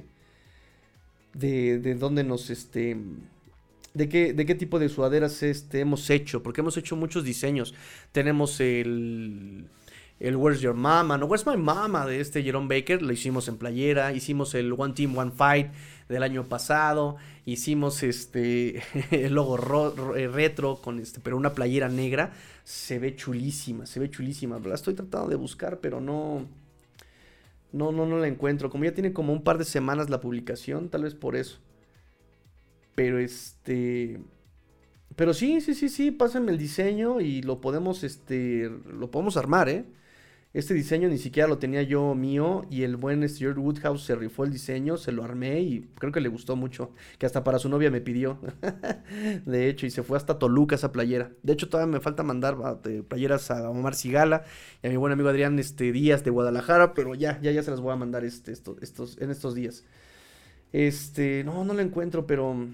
dónde nos de qué tipo de sudaderas hemos hecho, porque hemos hecho muchos diseños. Tenemos el Where's Your Mama, no, Where's My Mama de Jerome Baker, lo hicimos en playera. Hicimos el One Team, One Fight del año pasado. Hicimos el logo retro con pero una playera negra. Se ve chulísima, la estoy tratando de buscar, pero no la encuentro. Como ya tiene como un par de semanas la publicación, tal vez por eso. Pero pero sí, pásenme el diseño y lo podemos armar, ¿eh? Este diseño ni siquiera lo tenía yo mío y el buen Stuart Woodhouse se rifó el diseño, se lo armé y creo que le gustó mucho, que hasta para su novia me pidió. De hecho, y se fue hasta Toluca esa playera. De hecho, todavía me falta mandar playeras a Omar Sigala y a mi buen amigo Adrián Díaz de Guadalajara, pero ya se las voy a mandar en estos días. No lo encuentro, pero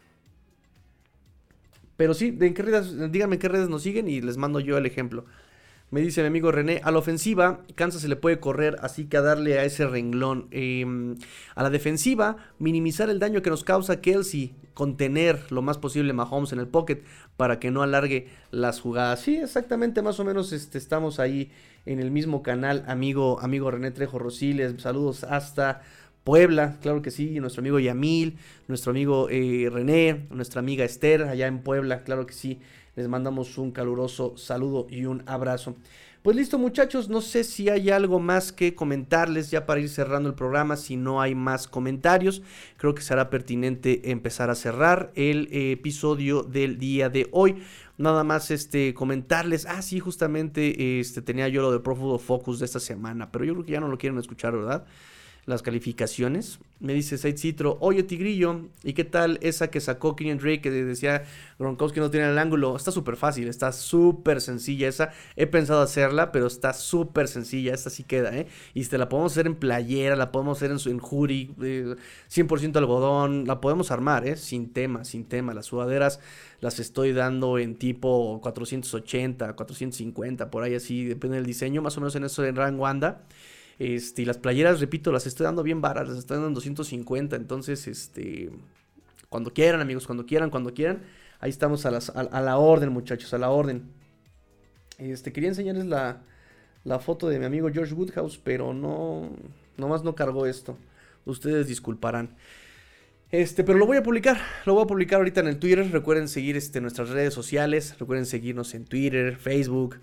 sí, díganme en qué redes nos siguen y les mando yo el ejemplo. Me dice mi amigo René, a la ofensiva, Kansas se le puede correr, así que a darle a ese renglón. A la defensiva, minimizar el daño que nos causa Kelce, contener lo más posible Mahomes en el pocket para que no alargue las jugadas. Sí, exactamente, más o menos estamos ahí en el mismo canal, amigo René Trejo Rosiles. Saludos hasta Puebla, claro que sí, nuestro amigo Yamil, nuestro amigo René, nuestra amiga Esther allá en Puebla, claro que sí. Les mandamos un caluroso saludo y un abrazo. Pues listo, muchachos, no sé si hay algo más que comentarles ya para ir cerrando el programa. Si no hay más comentarios, creo que será pertinente empezar a cerrar el episodio del día de hoy. Nada más comentarles, sí, justamente tenía yo lo de Pro Football Focus de esta semana, pero yo creo que ya no lo quieren escuchar, ¿verdad? Las calificaciones. Me dice Said Citro, oye Tigrillo, ¿y qué tal esa que sacó Kenyan Drake que decía Gronkowski no tiene el ángulo? Está súper fácil, está súper sencilla esa. He pensado hacerla, pero está súper sencilla. Esta sí queda, ¿eh? Y la podemos hacer en playera, la podemos hacer en hoodie, 100% algodón, la podemos armar, sin tema. Las sudaderas las estoy dando en tipo 480, 450, por ahí así, depende del diseño, más o menos en eso en rango anda. Y las playeras, repito, las estoy dando bien baratas, las estoy dando en 250, entonces, cuando quieran, amigos, cuando quieran, ahí estamos a la orden, muchachos, a la orden. Quería enseñarles la foto de mi amigo George Woodhouse, pero nomás no cargó esto, ustedes disculparán. Pero lo voy a publicar ahorita en el Twitter. Recuerden seguir nuestras redes sociales, recuerden seguirnos en Twitter, Facebook,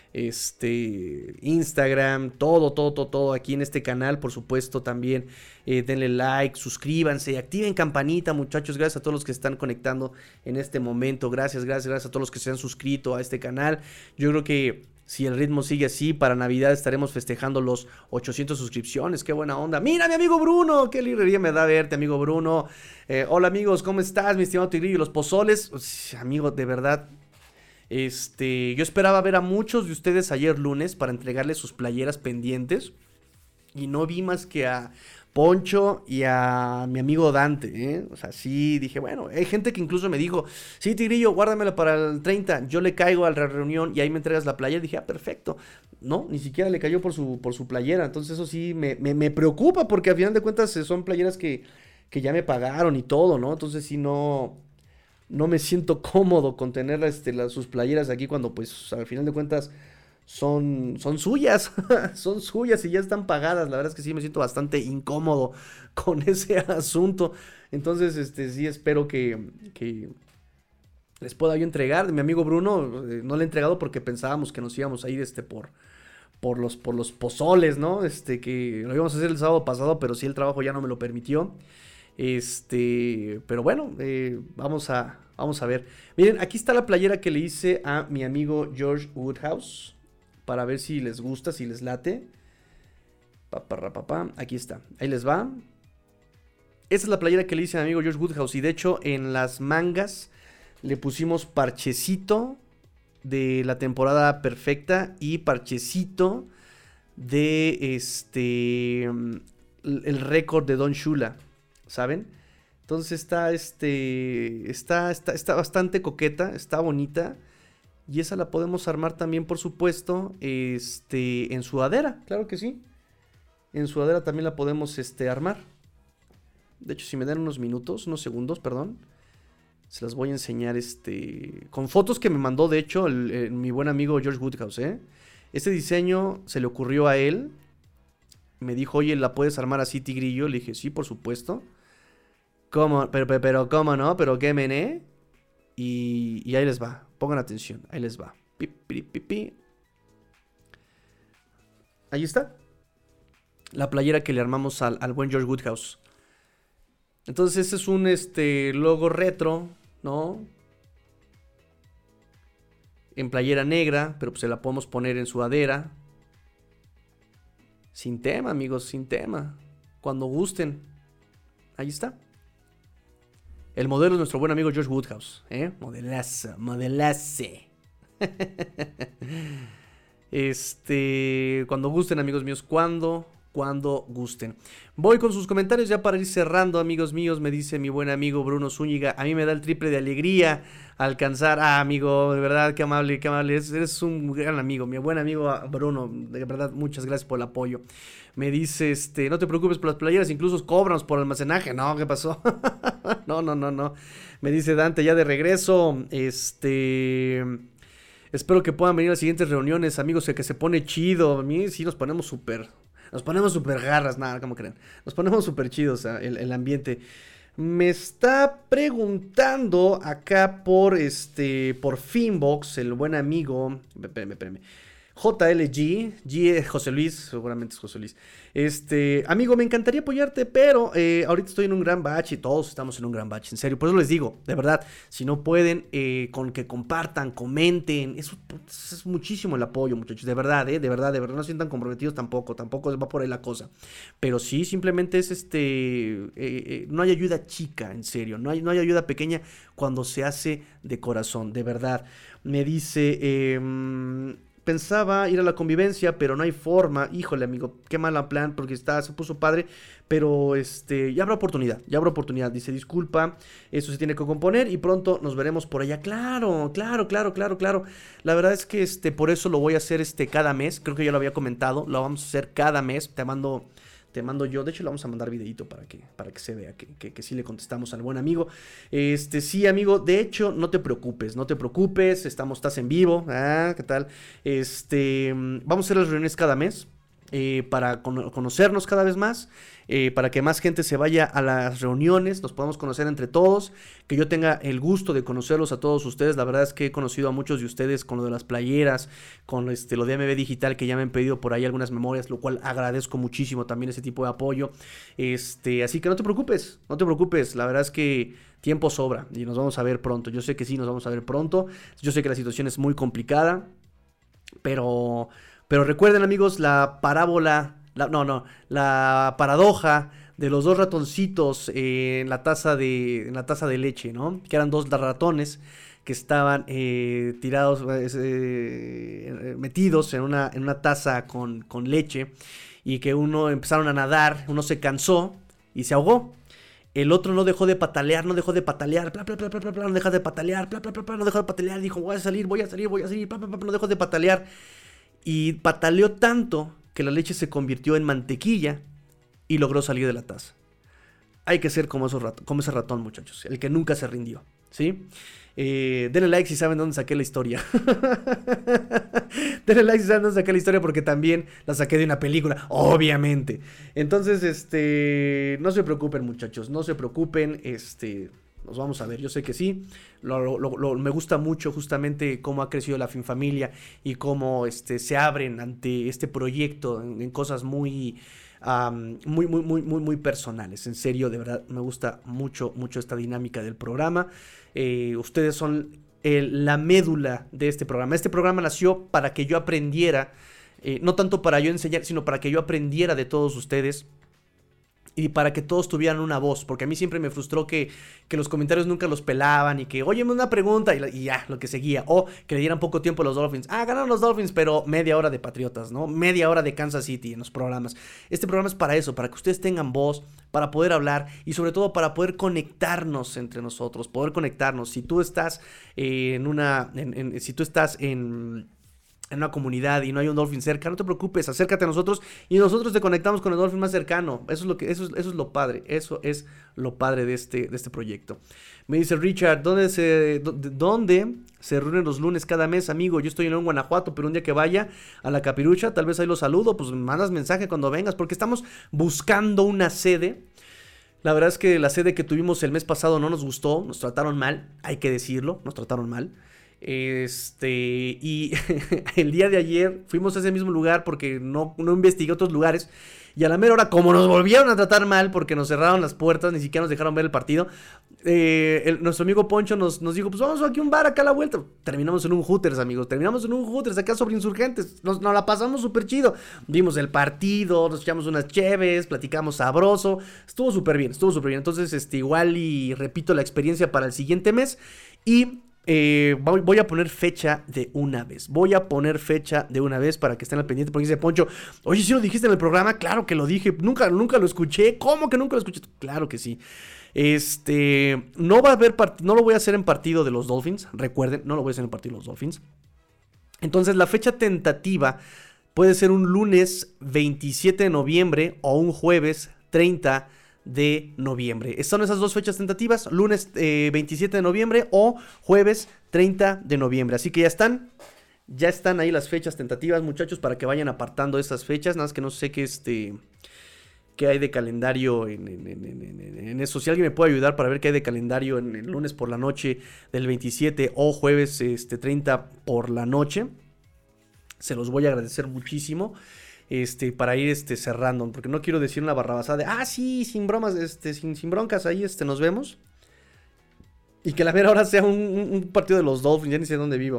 Instagram, todo aquí en este canal. Por supuesto también denle like, suscríbanse, activen campanita, muchachos. Gracias a todos los que están conectando en este momento, gracias a todos los que se han suscrito a este canal. Yo creo que si el ritmo sigue así, para Navidad estaremos festejando los 800 suscripciones. ¡Qué buena onda! ¡Mira, mi amigo Bruno! ¡Qué librería me da verte, amigo Bruno! Hola, amigos, ¿cómo estás, mi estimado Tigrillo? Los pozoles, amigo, de verdad. Yo esperaba ver a muchos de ustedes ayer lunes para entregarles sus playeras pendientes. Y no vi más que a Poncho y a mi amigo Dante, O sea, sí, dije, bueno, hay gente que incluso me dijo, sí, Tigrillo, guárdamela para el 30, yo le caigo a la reunión y ahí me entregas la playera. Dije, perfecto. No, ni siquiera le cayó por su playera. Entonces eso sí me preocupa, porque al final de cuentas son playeras que ya me pagaron y todo, ¿no? Entonces sí, no me siento cómodo con tener sus playeras aquí cuando pues al final de cuentas son suyas, son suyas y ya están pagadas. La verdad es que sí me siento bastante incómodo con ese asunto. Entonces sí espero que les pueda yo entregar. Mi amigo Bruno no le he entregado porque pensábamos que nos íbamos a ir por los pozoles, ¿no? Que lo íbamos a hacer el sábado pasado, pero sí el trabajo ya no me lo permitió. Pero bueno, vamos a ver. Miren, aquí está la playera que le hice a mi amigo George Woodhouse, para ver si les gusta, si les late. Aquí está, ahí les va. Esta es la playera que le hice a mi amigo George Woodhouse, y de hecho en las mangas le pusimos parchecito de la temporada perfecta y parchecito de el récord de Don Shula, ¿saben? Entonces está bastante coqueta, está bonita. Y esa la podemos armar también, por supuesto, en sudadera, claro que sí. En sudadera también la podemos armar. De hecho, si me dan unos segundos, perdón, se las voy a enseñar con fotos que me mandó, de hecho, mi buen amigo George Woodhouse, ¿eh? Este diseño se le ocurrió a él. Me dijo, oye, ¿la puedes armar así, tigrillo? Le dije, sí, por supuesto. ¿Cómo? Pero ¿cómo no? ¿Pero qué mené? Y ahí les va. Pongan atención. Ahí les va. Pi, pi, pi, pi. Ahí está. La playera que le armamos al buen George Woodhouse. Entonces este es un logo retro, ¿no? En playera negra, pero pues se la podemos poner en sudadera. Sin tema, amigos, sin tema. Cuando gusten. Ahí está. El modelo es nuestro buen amigo George Woodhouse, ¿eh? Modelazo, modelace. Cuando gusten, amigos míos, cuando gusten. Voy con sus comentarios ya para ir cerrando, amigos míos. Me dice mi buen amigo Bruno Zúñiga, a mí me da el triple de alegría alcanzar. Amigo, de verdad, qué amable, qué amable. Eres un gran amigo, mi buen amigo Bruno. De verdad, muchas gracias por el apoyo. Me dice, no te preocupes por las playeras, incluso cobran por almacenaje. No, ¿qué pasó? No. Me dice Dante, ya de regreso. Espero que puedan venir a las siguientes reuniones, amigos, que se pone chido. A mí sí nos ponemos súper garras, nada, ¿cómo creen? Nos ponemos súper chidos, el ambiente. Me está preguntando acá por Finbox, el buen amigo. Espérame. JLG, José Luis, seguramente es José Luis. Amigo, me encantaría apoyarte, pero ahorita estoy en un gran batch y todos estamos en un gran batch, en serio. Por eso les digo, de verdad, si no pueden, con que compartan, comenten, eso es muchísimo el apoyo, muchachos, de verdad, no se sientan comprometidos tampoco va por ahí la cosa. Pero sí, simplemente es no hay ayuda chica, en serio, no hay ayuda pequeña cuando se hace de corazón, de verdad. Me dice, pensaba ir a la convivencia, pero no hay forma. Híjole, amigo, qué mala plan, porque se puso padre, pero ya habrá oportunidad. Dice, disculpa, eso se tiene que componer y pronto nos veremos por allá. Claro. La verdad es que por eso lo voy a hacer cada mes. Creo que ya lo había comentado, lo vamos a hacer cada mes. Te mando yo, de hecho le vamos a mandar videito para que se vea que sí le contestamos al buen amigo. Sí, amigo, de hecho, no te preocupes, estás en vivo, ¿qué tal? Vamos a hacer las reuniones cada mes, para conocernos cada vez más, para que más gente se vaya a las reuniones, nos podamos conocer entre todos, que yo tenga el gusto de conocerlos a todos ustedes. La verdad es que he conocido a muchos de ustedes con lo de las playeras, con lo de MB Digital, que ya me han pedido por ahí algunas memorias, lo cual agradezco muchísimo también ese tipo de apoyo. Así que no te preocupes, la verdad es que tiempo sobra y nos vamos a ver pronto. Yo sé que sí, nos vamos a ver pronto. Yo sé que la situación es muy complicada, pero recuerden, amigos, la paradoja de los dos ratoncitos en la taza de leche, ¿no? Que eran dos ratones que estaban tirados, metidos en una taza con leche, y que uno empezaron a nadar, uno se cansó y se ahogó. El otro no dejó de patalear, no dejó de patalear, dijo, voy a salir, no dejó de patalear. Y pataleó tanto que la leche se convirtió en mantequilla y logró salir de la taza. Hay que ser como ese ratón, muchachos, el que nunca se rindió, ¿sí? Denle like si saben dónde saqué la historia. Denle like si saben dónde saqué la historia, porque también la saqué de una película, obviamente. Entonces, no se preocupen, muchachos, no se preocupen, nos vamos a ver, yo sé que sí. Me gusta mucho justamente cómo ha crecido la Finfamilia y cómo se abren ante este proyecto en cosas muy personales. En serio, de verdad, me gusta mucho esta dinámica del programa. Ustedes son la médula de este programa. Este programa nació para que yo aprendiera, no tanto para yo enseñar, sino para que yo aprendiera de todos ustedes. y para que todos tuvieran una voz, porque a mí siempre me frustró que los comentarios nunca los pelaban y que, óyeme una pregunta y ya, lo que seguía, o que le dieran poco tiempo a los Dolphins. Ganaron los Dolphins, pero media hora de Patriotas, ¿no? Media hora de Kansas City en los programas. Este programa es para eso, para que ustedes tengan voz, para poder hablar y sobre todo para poder conectarnos entre nosotros, poder conectarnos. Si tú estás en una comunidad y no hay un Dolphin cerca, no te preocupes, acércate a nosotros y nosotros te conectamos con el Dolphin más cercano. Eso es lo padre de este proyecto. Me dice Richard, ¿dónde se reúnen los lunes cada mes, amigo? Yo estoy en Guanajuato, pero un día que vaya a la Capirucha, tal vez ahí lo saludo, pues me mandas mensaje cuando vengas, porque estamos buscando una sede. La verdad es que la sede que tuvimos el mes pasado no nos gustó, nos trataron mal, hay que decirlo, nos trataron mal. Y el día de ayer fuimos a ese mismo lugar porque no investigué otros lugares. Y a la mera hora, como nos volvieron a tratar mal porque nos cerraron las puertas, ni siquiera nos dejaron ver el partido, nuestro amigo Poncho nos dijo, pues vamos aquí a un bar acá a la vuelta. Terminamos en un Hooters, amigos, acá sobre Insurgentes. Nos la pasamos súper chido. Vimos el partido, nos echamos unas cheves, platicamos sabroso. Estuvo súper bien. Entonces, igual y repito la experiencia para el siguiente mes. Y voy a poner fecha de una vez. Para que estén al pendiente. Porque dice Poncho, oye, ¿sí lo dijiste en el programa? Claro que lo dije. Nunca lo escuché. ¿Cómo que nunca lo escuché? Claro que sí. No lo voy a hacer en partido de los Dolphins. Recuerden, no lo voy a hacer en partido de los Dolphins. Entonces, la fecha tentativa puede ser un lunes 27 de noviembre o un jueves 30 de noviembre. Son esas dos fechas tentativas, lunes 27 de noviembre o jueves 30 de noviembre. Así que ya están ahí las fechas tentativas, muchachos, para que vayan apartando esas fechas. Nada más que no sé qué hay de calendario en eso. Si alguien me puede ayudar para ver qué hay de calendario en el lunes por la noche del 27 o jueves 30 por la noche, se los voy a agradecer muchísimo. Para ir cerrando, porque no quiero decir una barrabasada de, sí, sin bromas, sin broncas, ahí nos vemos. Y que la mera hora sea un partido de los Dolphins, ya ni sé dónde vivo.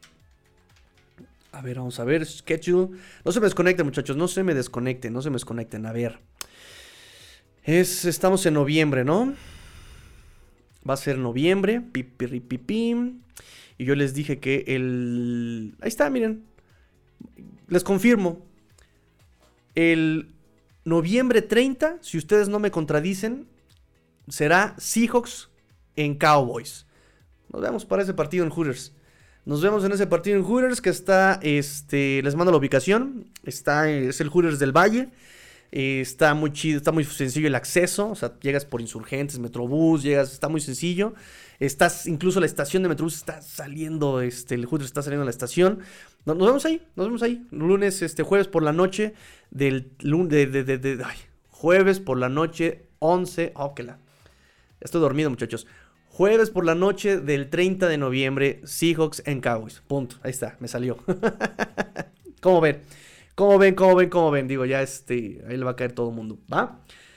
A ver, vamos a ver, schedule. No se me desconecten, muchachos, no se me desconecten, a ver. Estamos en noviembre, ¿no? Va a ser noviembre, pipiripipim. Y yo les dije que ahí está, miren. Les confirmo. El noviembre 30, si ustedes no me contradicen, será Seahawks en Cowboys. Nos vemos para ese partido en Hooters. Nos vemos en ese partido en Hooters que está, les mando la ubicación. Es el Hooters del Valle. Está muy chido, está muy sencillo el acceso. O sea, llegas por Insurgentes, Metrobús, está muy sencillo. Incluso la estación de Metrobús está saliendo, el Hooters está saliendo a la estación. Nos vemos ahí. Lunes, jueves por la noche jueves por la noche 11. Estoy dormido, muchachos. Jueves por la noche del 30 de noviembre, Seahawks en Cowboys. Punto. Ahí está, me salió. ¿Cómo ven? Digo, ya ahí le va a caer todo el mundo, ¿va?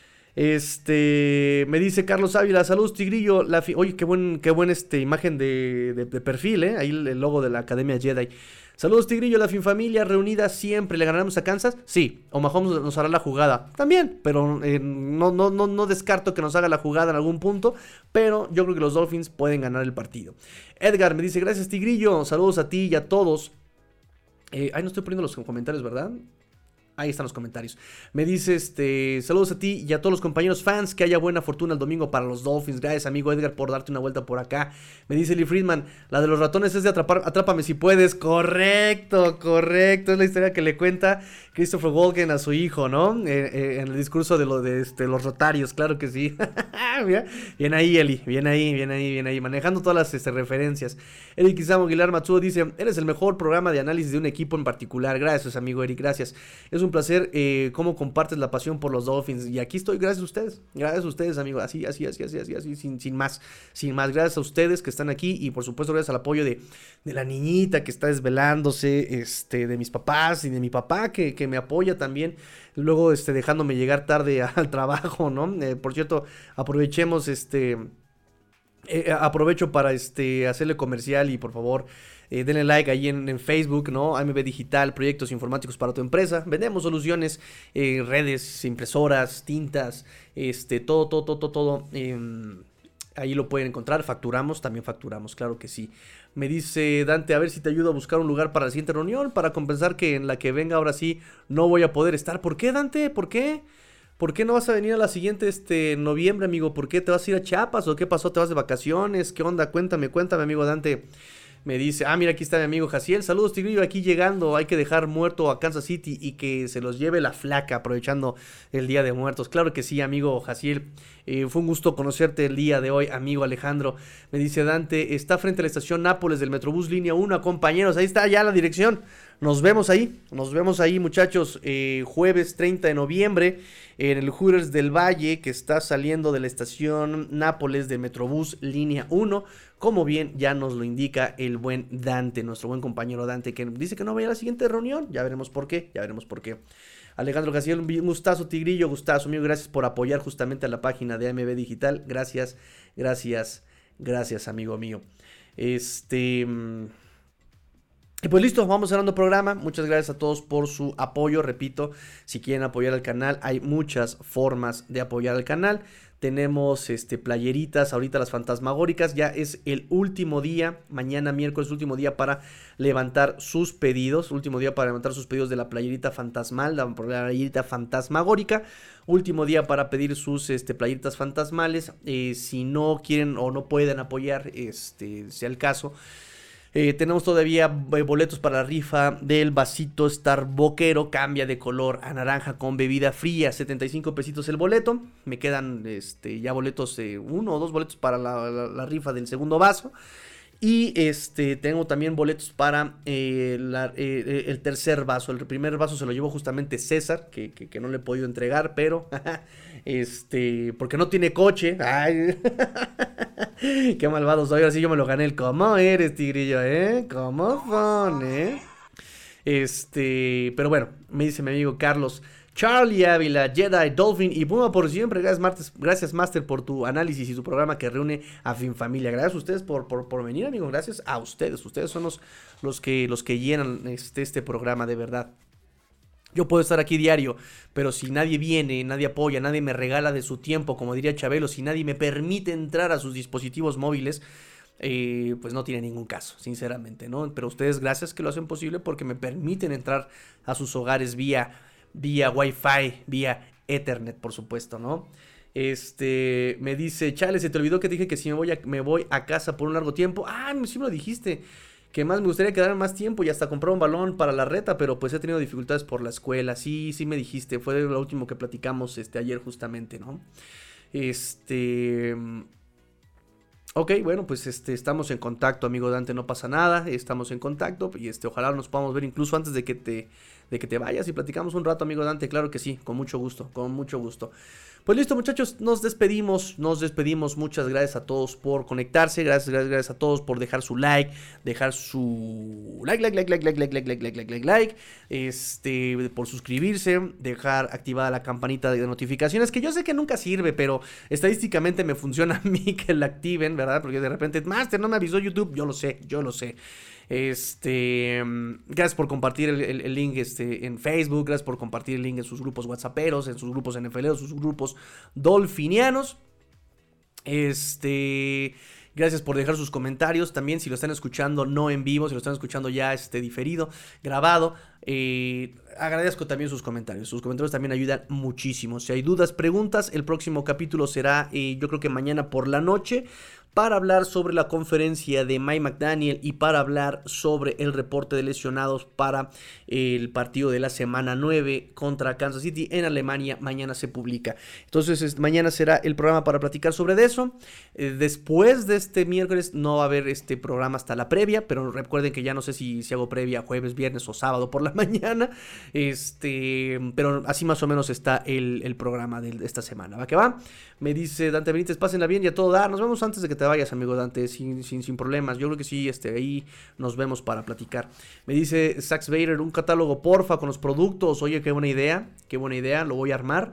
Me dice Carlos Ávila, saludos Tigrillo. Oye, qué buen imagen de perfil, ahí el logo de la Academia Jedi. Saludos Tigrillo, la Finfamilia reunida siempre. ¿Le ganaremos a Kansas? Sí, o Mahomes nos hará la jugada también, pero no descarto que nos haga la jugada en algún punto, pero yo creo que los Dolphins pueden ganar el partido. Edgar me dice, gracias Tigrillo, saludos a ti y a todos. No estoy poniendo los comentarios, ¿verdad? Ahí están los comentarios. Me dice, saludos a ti y a todos los compañeros fans. Que haya buena fortuna el domingo para los Dolphins. Gracias, amigo Edgar, por darte una vuelta por acá. Me dice Lee Friedman, la de los ratones es de Atrápame si puedes. Correcto. Es la historia que le cuenta Christopher Walken a su hijo, ¿no? En el discurso de los rotarios, claro que sí. Bien ahí, Eli. Bien ahí. Manejando todas las referencias. Eric Isamo Aguilar Matsuo dice, eres el mejor programa de análisis de un equipo en particular. Gracias, amigo Eric, gracias. Es un placer cómo compartes la pasión por los Dolphins. Y aquí estoy, gracias a ustedes, amigo. Así, sin más. Gracias a ustedes que están aquí. Y por supuesto, gracias al apoyo de la niñita que está desvelándose, de mis papás y de mi papá que me apoya también. Luego, dejándome llegar tarde al trabajo, ¿no? Por cierto, aprovechemos Aprovecho para hacerle comercial y por favor denle like ahí en Facebook, ¿no? AMB Digital, proyectos informáticos para tu empresa. Vendemos soluciones, redes, impresoras, tintas, todo. Ahí lo pueden encontrar. También facturamos, claro que sí. Me dice Dante, a ver si te ayudo a buscar un lugar para la siguiente reunión, para compensar que en la que venga ahora sí no voy a poder estar. ¿Por qué, Dante? ¿Por qué? ¿Por qué no vas a venir a la siguiente noviembre, amigo? ¿Por qué te vas a ir a Chiapas o qué pasó? ¿Te vas de vacaciones? ¿Qué onda? Cuéntame, amigo Dante. Me dice, mira, aquí está mi amigo Jaciel. Saludos, Tigrillo, aquí llegando. Hay que dejar muerto a Kansas City y que se los lleve la flaca, aprovechando el Día de Muertos. Claro que sí, amigo Jaciel. Fue un gusto conocerte el día de hoy, amigo Alejandro. Me dice Dante, está frente a la estación Nápoles del Metrobús Línea 1, compañeros. Ahí está ya la dirección. Nos vemos ahí, muchachos. Jueves 30 de noviembre en el Hooters del Valle, que está saliendo de la estación Nápoles del Metrobús Línea 1. Como bien ya nos lo indica el buen Dante, nuestro buen compañero Dante, que dice que no vaya a la siguiente reunión. Ya veremos por qué. Alejandro Jaciel, un gustazo, Tigrillo, gustazo, amigo. Gracias por apoyar justamente a la página de AMB Digital. Gracias, amigo mío. Y pues listo, vamos cerrando el programa. Muchas gracias a todos por su apoyo. Repito, si quieren apoyar al canal, hay muchas formas de apoyar al canal. Tenemos playeritas, ahorita las fantasmagóricas. Ya es el último día, mañana miércoles, último día para levantar sus pedidos. Último día para levantar sus pedidos de la playerita fantasmal, la playerita fantasmagórica. Último día para pedir sus playeritas fantasmales. Si no quieren o no pueden apoyar, sea el caso. Tenemos todavía boletos para la rifa del vasito Starbuckero. Cambia de color a naranja con bebida fría. 75 pesitos el boleto. Me quedan ya boletos, 1 o 2 boletos para la rifa del segundo vaso. Y tengo también boletos para el tercer vaso. El primer vaso se lo llevó justamente César, que no le he podido entregar, pero porque no tiene coche. Ay. Qué malvado soy, ahora sí yo me lo gané. ¿Cómo eres, Tigrillo, ¿Cómo son, Pero bueno, me dice mi amigo Carlos, Charlie Ávila, Jedi, Dolphin y Puma por siempre. Gracias, Master, por tu análisis y tu programa que reúne a Finfamilia. Gracias a ustedes por venir, amigo. Gracias a ustedes. Ustedes son los que llenan este programa, de verdad. Yo puedo estar aquí diario, pero si nadie viene, nadie apoya, nadie me regala de su tiempo, como diría Chabelo, si nadie me permite entrar a sus dispositivos móviles, pues no tiene ningún caso, sinceramente, ¿no? Pero ustedes, gracias que lo hacen posible porque me permiten entrar a sus hogares vía Wi-Fi, vía Ethernet, por supuesto, ¿no? Me dice, chale, se te olvidó que te dije que si me voy a casa por un largo tiempo. Sí me lo dijiste. Que más me gustaría quedar más tiempo y hasta comprar un balón para la reta, pero pues he tenido dificultades por la escuela. Sí me dijiste, fue lo último que platicamos ayer justamente, ¿no? Ok, bueno, pues estamos en contacto, amigo Dante, no pasa nada, estamos en contacto y ojalá nos podamos ver incluso antes de que te vayas y platicamos un rato, amigo Dante, claro que sí, con mucho gusto. Pues listo, muchachos, nos despedimos, muchas gracias a todos por conectarse, gracias a todos por dejar su like, por suscribirse, dejar activada la campanita de notificaciones, que yo sé que nunca sirve, pero estadísticamente me funciona a mí que la activen, ¿verdad? Porque de repente, Master, no me avisó YouTube, yo lo sé. Gracias por compartir el link en Facebook, gracias por compartir el link en sus grupos whatsapperos, en sus grupos NFLeros, sus grupos dolfinianos. Gracias por dejar sus comentarios. También si lo están escuchando no en vivo, si lo están escuchando ya diferido, grabado, agradezco también sus comentarios. Sus comentarios también ayudan muchísimo. Si hay dudas, preguntas, el próximo capítulo será yo creo que mañana por la noche, para hablar sobre la conferencia de Mike McDaniel y para hablar sobre el reporte de lesionados para el partido de la semana 9 contra Kansas City en Alemania. Mañana se publica. Entonces mañana será el programa para platicar sobre eso. Después de este miércoles no va a haber este programa hasta la previa, pero recuerden que ya no sé si hago previa jueves, viernes o sábado por la mañana. Pero así más o menos está el programa de esta semana. ¿Va que va? Me dice Dante Benítez, pásenla bien y a todo dar. Nos vemos antes de que te vayas, amigo Dante, sin problemas. Yo creo que sí, ahí nos vemos para platicar. Me dice Sax Vader, un catálogo porfa con los productos. Oye, qué buena idea, lo voy a armar.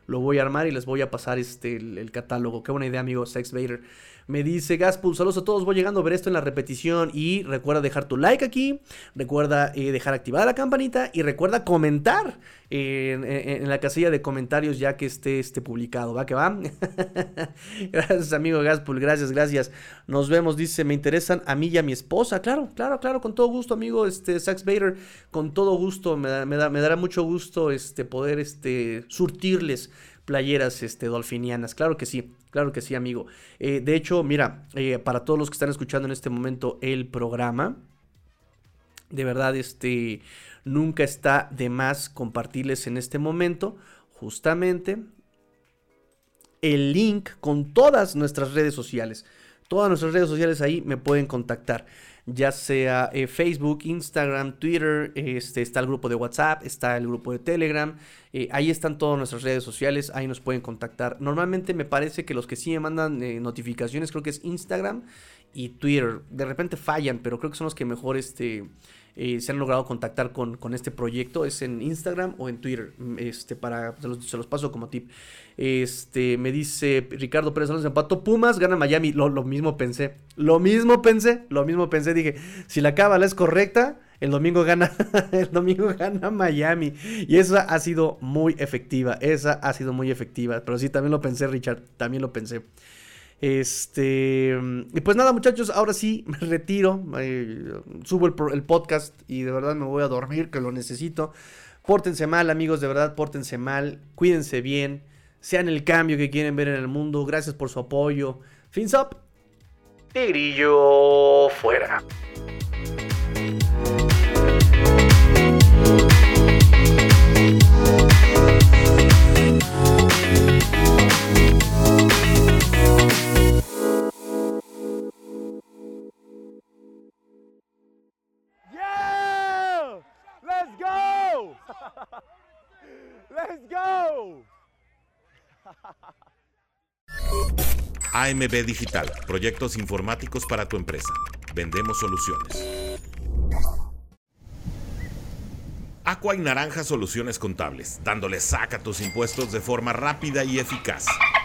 lo voy a armar y les voy a pasar el catálogo. Qué buena idea, amigo Sex Vader. Me dice Gaspul, saludos a todos, voy llegando a ver esto en la repetición y recuerda dejar tu like aquí, recuerda dejar activada la campanita y recuerda comentar en la casilla de comentarios ya que esté publicado, ¿va que va? Gracias, amigo Gaspul, gracias. Nos vemos, dice, me interesan a mí y a mi esposa. Claro, con todo gusto, amigo Sax Vader, con todo gusto, me dará mucho gusto poder surtirles playeras dolfinianas, claro que sí, amigo. De hecho, mira, para todos los que están escuchando en este momento el programa, de verdad, nunca está de más compartirles en este momento justamente el link con todas nuestras redes sociales. Todas nuestras redes sociales ahí me pueden contactar, ya sea Facebook, Instagram, Twitter, está el grupo de WhatsApp, está el grupo de Telegram, ahí están todas nuestras redes sociales, ahí nos pueden contactar. Normalmente me parece que los que sí me mandan notificaciones, creo que es Instagram y Twitter, de repente fallan, pero creo que son los que mejor se han logrado contactar con este proyecto, es en Instagram o en Twitter, se los paso como tip. Me dice Ricardo Pérez Alonso, empató Pumas, gana Miami. Lo mismo pensé, dije, si la cábala es correcta, el domingo gana Miami. Y esa ha sido muy efectiva, pero sí, también lo pensé, Richard, también lo pensé. Y pues nada, muchachos, ahora sí me retiro, subo el podcast y de verdad me voy a dormir, que lo necesito. Pórtense mal, amigos, de verdad, pórtense mal, cuídense bien, sean el cambio que quieren ver en el mundo. Gracias por su apoyo. Fins up. Tigrillo fuera. Let's go. AMB Digital, proyectos informáticos para tu empresa. Vendemos soluciones. Aqua y Naranja Soluciones Contables, dándole saca a tus impuestos de forma rápida y eficaz.